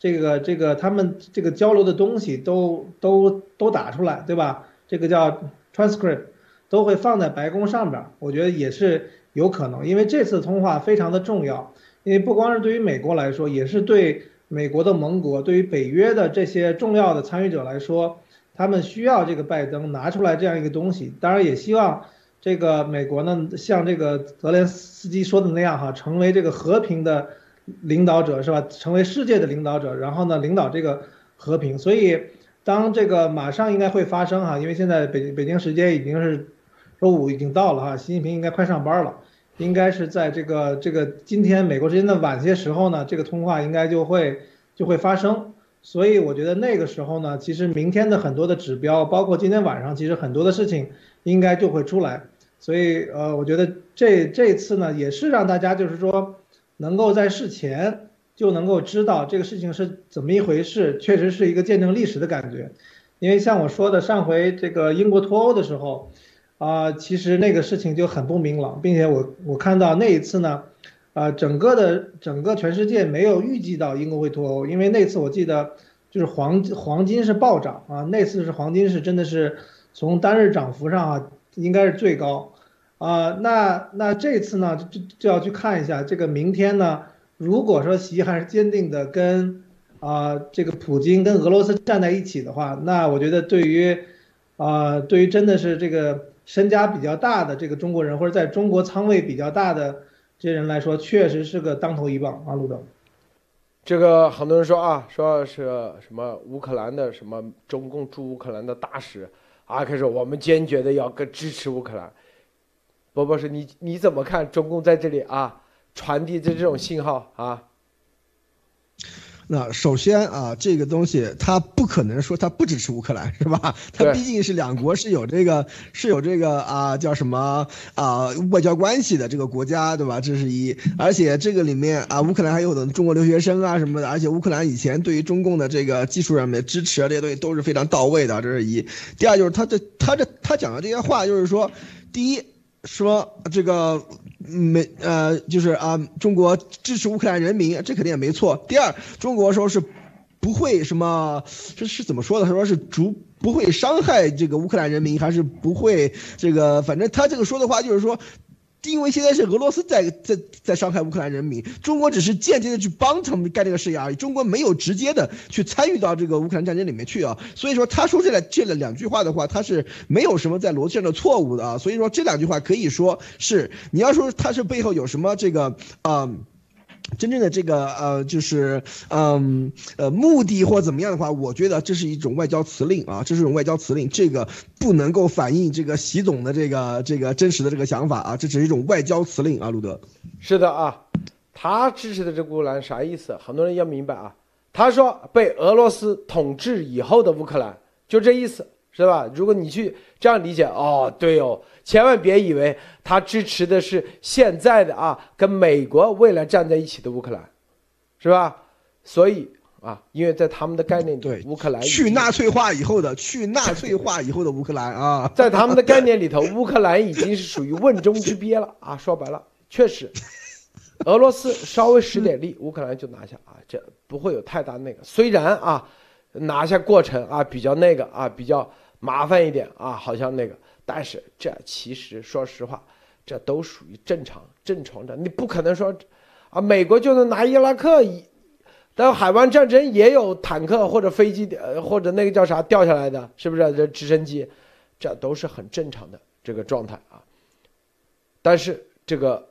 这个这个他们这个交流的东西都都都打出来，对吧？这个叫 transcript 都会放在白宫上边，我觉得也是有可能，因为这次通话非常的重要，因为不光是对于美国来说，也是对美国的盟国，对于北约的这些重要的参与者来说，他们需要这个拜登拿出来这样一个东西，当然也希望这个美国呢，像这个泽连斯基说的那样哈，成为这个和平的领导者是吧？成为世界的领导者，然后呢，领导这个和平。所以，当这个马上应该会发生哈，因为现在北北京时间已经是周五已经到了哈，习近平应该快上班了，应该是在这个这个今天美国时间的晚些时候呢，这个通话应该就会就会发生。所以我觉得那个时候呢，其实明天的很多的指标，包括今天晚上，其实很多的事情应该就会出来。所以呃，我觉得这这次呢，也是让大家就是说，能够在事前就能够知道这个事情是怎么一回事，确实是一个见证历史的感觉。因为像我说的，上回这个英国脱欧的时候，啊、呃，其实那个事情就很不明朗，并且我我看到那一次呢，啊、呃，整个的整个全世界没有预计到英国会脱欧，因为那次我记得就是黄黄金是暴涨啊，那次是黄金是真的是从单日涨幅上啊，应该是最高。啊、呃，那那这次呢，就就要去看一下这个明天呢，如果说习还是坚定的跟啊、呃、这个普京跟俄罗斯站在一起的话，那我觉得对于啊、呃、对于真的是这个身家比较大的这个中国人，或者在中国仓位比较大的这些人来说，确实是个当头一棒啊，路德。 这个很多人说啊，说是什么乌克兰的什么中共驻乌克兰的大使啊，开始我们坚决的要跟支持乌克兰。波波是你你怎么看中共在这里啊传递的这种信号啊？ 那首先啊，这个东西他不可能说他不支持乌克兰，是吧？他毕竟是两国是有这个是有这个啊叫什么啊外交关系的这个国家，对吧？这是一，而且这个里面啊，乌克兰还有的中国留学生啊什么的，而且乌克兰以前对于中共的这个技术上面支持啊这些东西都是非常到位的，这是一。第二就是他这他这他讲的这些话，就是说，第一说这个。没呃，就是啊，中国支持乌克兰人民，这肯定也没错。第二，中国说是不会什么，这是怎么说的？他说是逐不会伤害这个乌克兰人民，还是不会这个？反正他这个说的话就是说。因为现在是俄罗斯在在在伤害乌克兰人民，中国只是间接的去帮他们干这个事业而已，中国没有直接的去参与到这个乌克兰战争里面去啊。所以说他说这两这两句话的话，他是没有什么在逻辑上的错误的啊。所以说这两句话可以说是你要说他是背后有什么这个啊。呃真正的这个呃，就是嗯呃目的或怎么样的话，我觉得这是一种外交辞令啊，这是一种外交辞令，这个不能够反映这个习总的这个这个真实的这个想法啊，这只是一种外交辞令啊，路德。 是的啊，他支持的这个乌克兰啥意思？很多人要明白啊，他说被俄罗斯统治以后的乌克兰，就这意思。是吧？如果你去这样理解，哦，对哦，千万别以为他支持的是现在的啊，跟美国未来站在一起的乌克兰，是吧？所以啊，因为在他们的概念里， 对乌克兰去纳粹化以后的去纳粹化以后的乌克兰啊， 在他们的概念里头，乌克兰已经是属于瓮中之鳖了啊！说白了，确实，俄罗斯稍微使点力，乌克兰就拿下啊，这不会有太大那个。虽然啊，拿下过程啊比较那个啊比较。麻烦一点啊，好像那个，但是这其实说实话，这都属于正常正常的，你不可能说，啊，美国就能拿伊拉克，但海湾战争也有坦克或者飞机，呃，或者那个叫啥掉下来的，是不是？这直升机，这都是很正常的这个状态啊。但是这个，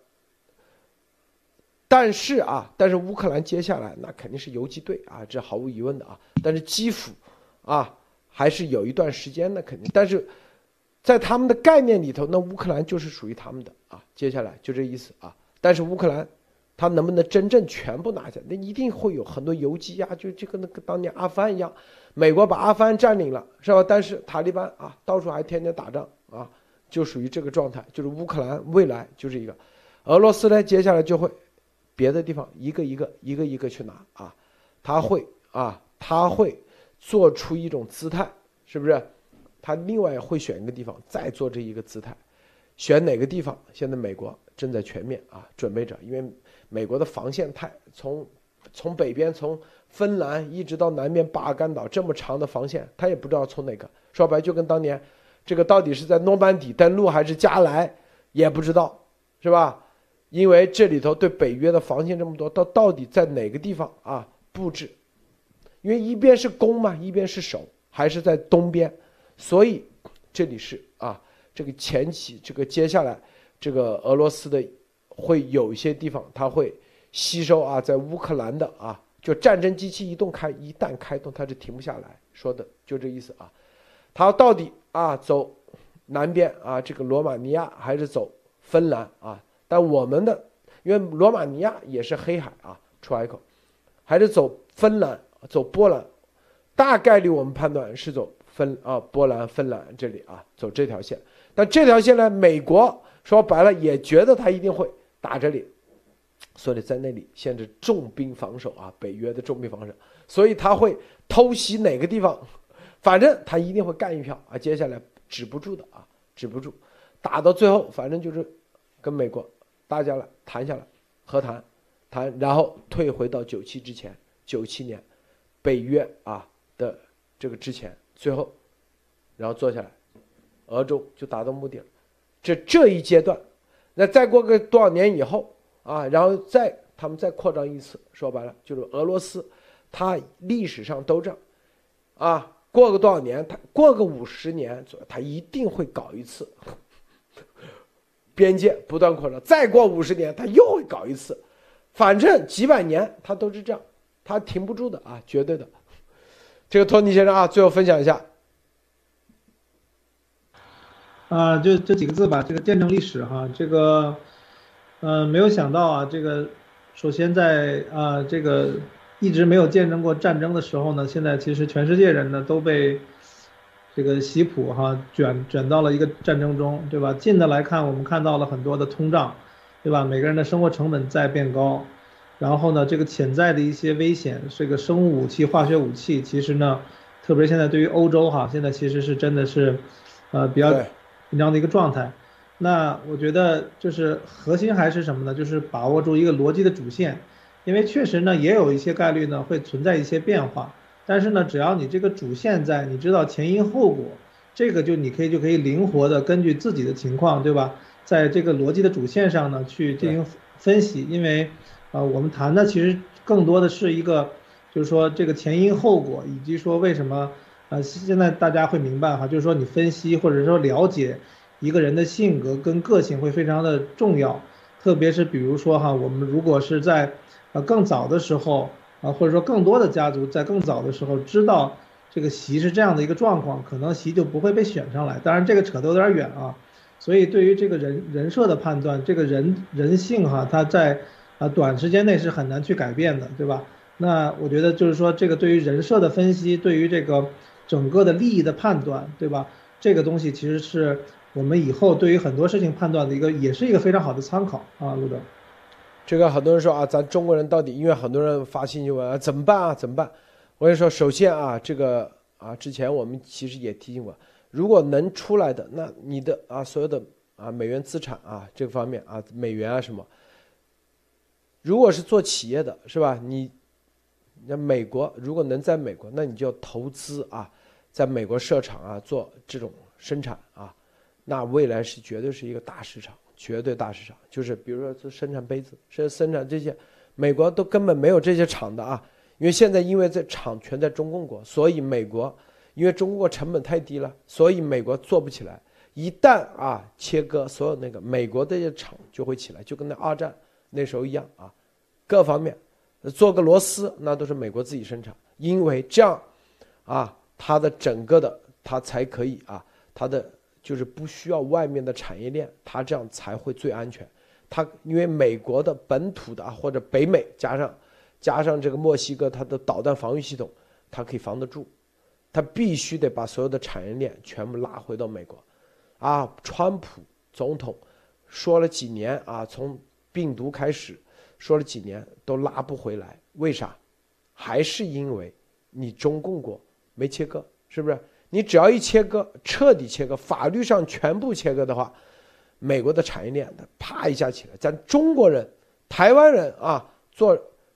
但是啊，但是乌克兰接下来那肯定是游击队啊，这毫无疑问的啊。但是基辅啊。还是有一段时间的肯定，但是在他们的概念里头，那乌克兰就是属于他们的啊。接下来就这意思啊。但是乌克兰，他能不能真正全部拿下？那一定会有很多游击呀，就就跟那个当年阿富汗一样，美国把阿富汗占领了，是吧？但是塔利班啊，到处还天天打仗啊，就属于这个状态。就是乌克兰未来就是一个，俄罗斯呢，接下来就会别的地方一个一个一个一个去拿啊，他会啊，他会。做出一种姿态，是不是？他另外会选一个地方再做这一个姿态，选哪个地方？现在美国正在全面啊准备着，因为美国的防线太从从北边从芬兰一直到南边巴尔干岛这么长的防线，他也不知道从哪个。说白就跟当年这个到底是在诺曼底登陆还是加来也不知道，是吧？因为这里头对北约的防线这么多，到到底在哪个地方啊布置？因为一边是攻嘛，一边是守，还是在东边，所以这里是啊这个前期这个接下来这个俄罗斯的会有一些地方它会吸收啊，在乌克兰的啊，就战争机器一动开，一旦开动它就停不下来，说的就这意思啊。它到底啊走南边啊这个罗马尼亚还是走芬兰啊？但我们的因为罗马尼亚也是黑海啊出海口，还是走芬兰走波兰，大概率我们判断是走芬啊波兰芬兰这里啊走这条线。但这条线呢，美国说白了也觉得他一定会打这里，所以在那里限制重兵防守啊，北约的重兵防守，所以他会偷袭哪个地方，反正他一定会干一票啊，接下来止不住的啊，止不住，打到最后反正就是跟美国大家了谈下来，和谈谈，然后退回到九七之前，九七年北约啊的这个之前，最后然后坐下来，俄州就达到目的了。这这一阶段，那再过个多少年以后啊，然后再他们再扩张一次，说白了就是俄罗斯，它历史上都这样啊，过个多少年，它过个五十年左右，它一定会搞一次边界不断扩张，再过五十年，它又会搞一次，反正几百年它都是这样，它停不住的啊，绝对的。这个托尼先生啊，最后分享一下。 啊，就这几个字吧，这个见证历史哈，这个，呃，没有想到啊，这个，首先在啊这个一直没有见证过战争的时候呢，现在其实全世界人呢都被这个习普哈卷卷到了一个战争中，对吧？近的来看，我们看到了很多的通胀，对吧？每个人的生活成本在变高，然后呢，这个潜在的一些危险，这个生物武器、化学武器，其实呢，特别现在对于欧洲哈，现在其实是真的是，呃，比较紧张的一个状态。那我觉得就是核心还是什么呢？就是把握住一个逻辑的主线，因为确实呢也有一些概率呢会存在一些变化，但是呢只要你这个主线在，你知道前因后果，这个就你可以就可以灵活的根据自己的情况，对吧？在这个逻辑的主线上呢去进行分析，因为呃我们谈的其实更多的是一个就是说这个前因后果，以及说为什么。呃，现在大家会明白哈，就是说你分析或者说了解一个人的性格跟个性会非常的重要，特别是比如说哈，我们如果是在呃更早的时候啊，或者说更多的家族在更早的时候知道这个习是这样的一个状况，可能习就不会被选上来。当然这个扯得有点远啊，所以对于这个人人设的判断，这个人人性哈，它在啊短时间内是很难去改变的，对吧？那我觉得就是说这个对于人设的分析，对于这个。整个的利益的判断，对吧？这个东西其实是我们以后对于很多事情判断的一个，也是一个非常好的参考啊，陆德。 这个很多人说啊，咱中国人到底，因为很多人发信息问啊，怎么办啊？怎么办？我跟你说，首先啊，这个啊，之前我们其实也提醒过，如果能出来的，那你的啊所有的啊美元资产啊这个方面啊美元啊什么，如果是做企业的，是吧？你那美国如果能在美国，那你就要投资啊。在美国设厂啊，做这种生产啊，那未来是绝对是一个大市场，绝对大市场。就是比如说做生产杯子，是生产这些，美国都根本没有这些厂的啊。因为现在因为这厂全在中共国，所以美国因为中共国成本太低了，所以美国做不起来。一旦啊切割所有那个美国这些厂就会起来，就跟那二战那时候一样啊，各方面做个螺丝那都是美国自己生产，因为这样啊。它的整个的它才可以啊，它的就是不需要外面的产业链，它这样才会最安全。它因为美国的本土的啊或者北美加上加上这个墨西哥，它的导弹防御系统，它可以防得住。它必须得把所有的产业链全部拉回到美国。啊，川普总统说了几年啊，从病毒开始说了几年都拉不回来，为啥？还是因为你中共国。没切割，是不是？你只要一切割，彻底切割，法律上全部切割的话，美国的产业链啪一下起来。咱中国人、台湾人啊，做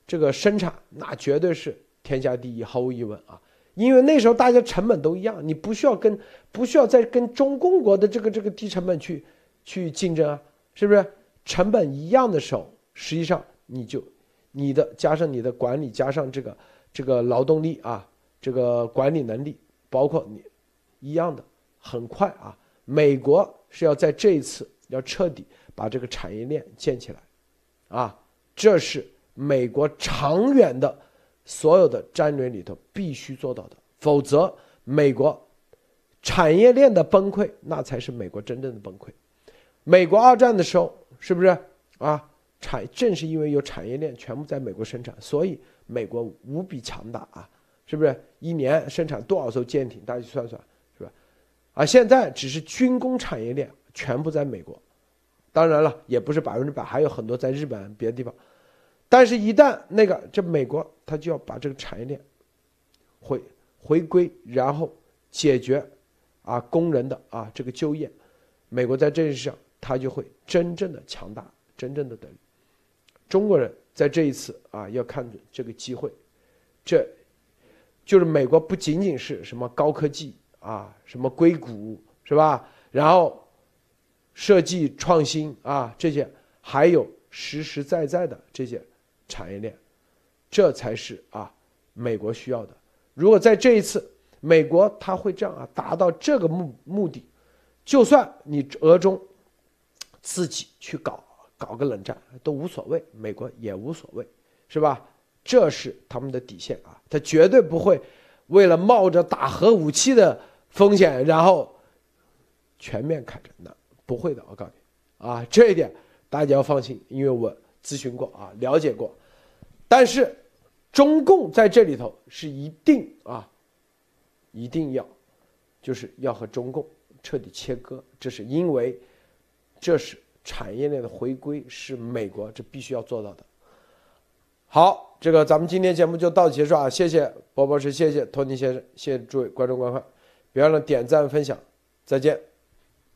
这个生产，那绝对是天下第一，毫无疑问啊。因为那时候大家成本都一样，你不需要跟不需要再跟中共国的这个这个低成本去去竞争啊，是不是？成本一样的时候，实际上你就你的加上你的管理，加上这个这个劳动力啊，这个管理能力，包括你一样的，很快啊。美国是要在这一次要彻底把这个产业链建起来，啊，这是美国长远的所有的战略里头必须做到的，否则美国产业链的崩溃，那才是美国真正的崩溃。美国二战的时候，是不是啊？产正是因为有产业链全部在美国生产，所以美国无比强大啊，是不是？一年生产多少艘舰艇？大家去算算，是吧？啊，现在只是军工产业链全部在美国，当然了，也不是百分之百，还有很多在日本别的地方。但是，一旦那个这美国，它就要把这个产业链回回归，然后解决啊工人的啊这个就业，美国在这件事上，它就会真正的强大，真正的得力。中国人在这一次啊，要看准这个机会，这就是美国不仅仅是什么高科技啊，什么硅谷是吧？然后设计创新啊这些，还有实实在在的这些产业链，这才是啊美国需要的。如果在这一次美国它会这样啊达到这个目目的，就算你俄中自己去搞搞个冷战都无所谓，美国也无所谓，是吧？这是他们的底线啊，他绝对不会为了冒着打核武器的风险，然后全面开战，那不会的，我告诉你啊，这一点大家要放心，因为我咨询过啊，了解过。但是中共在这里头是一定啊，一定要就是要和中共彻底切割，这是因为这是产业链的回归，是美国这必须要做到的。好，这个咱们今天节目就到此结束啊！谢谢博博士，谢谢托尼先生，谢谢诸位观众观看，别忘了点赞分享，再见。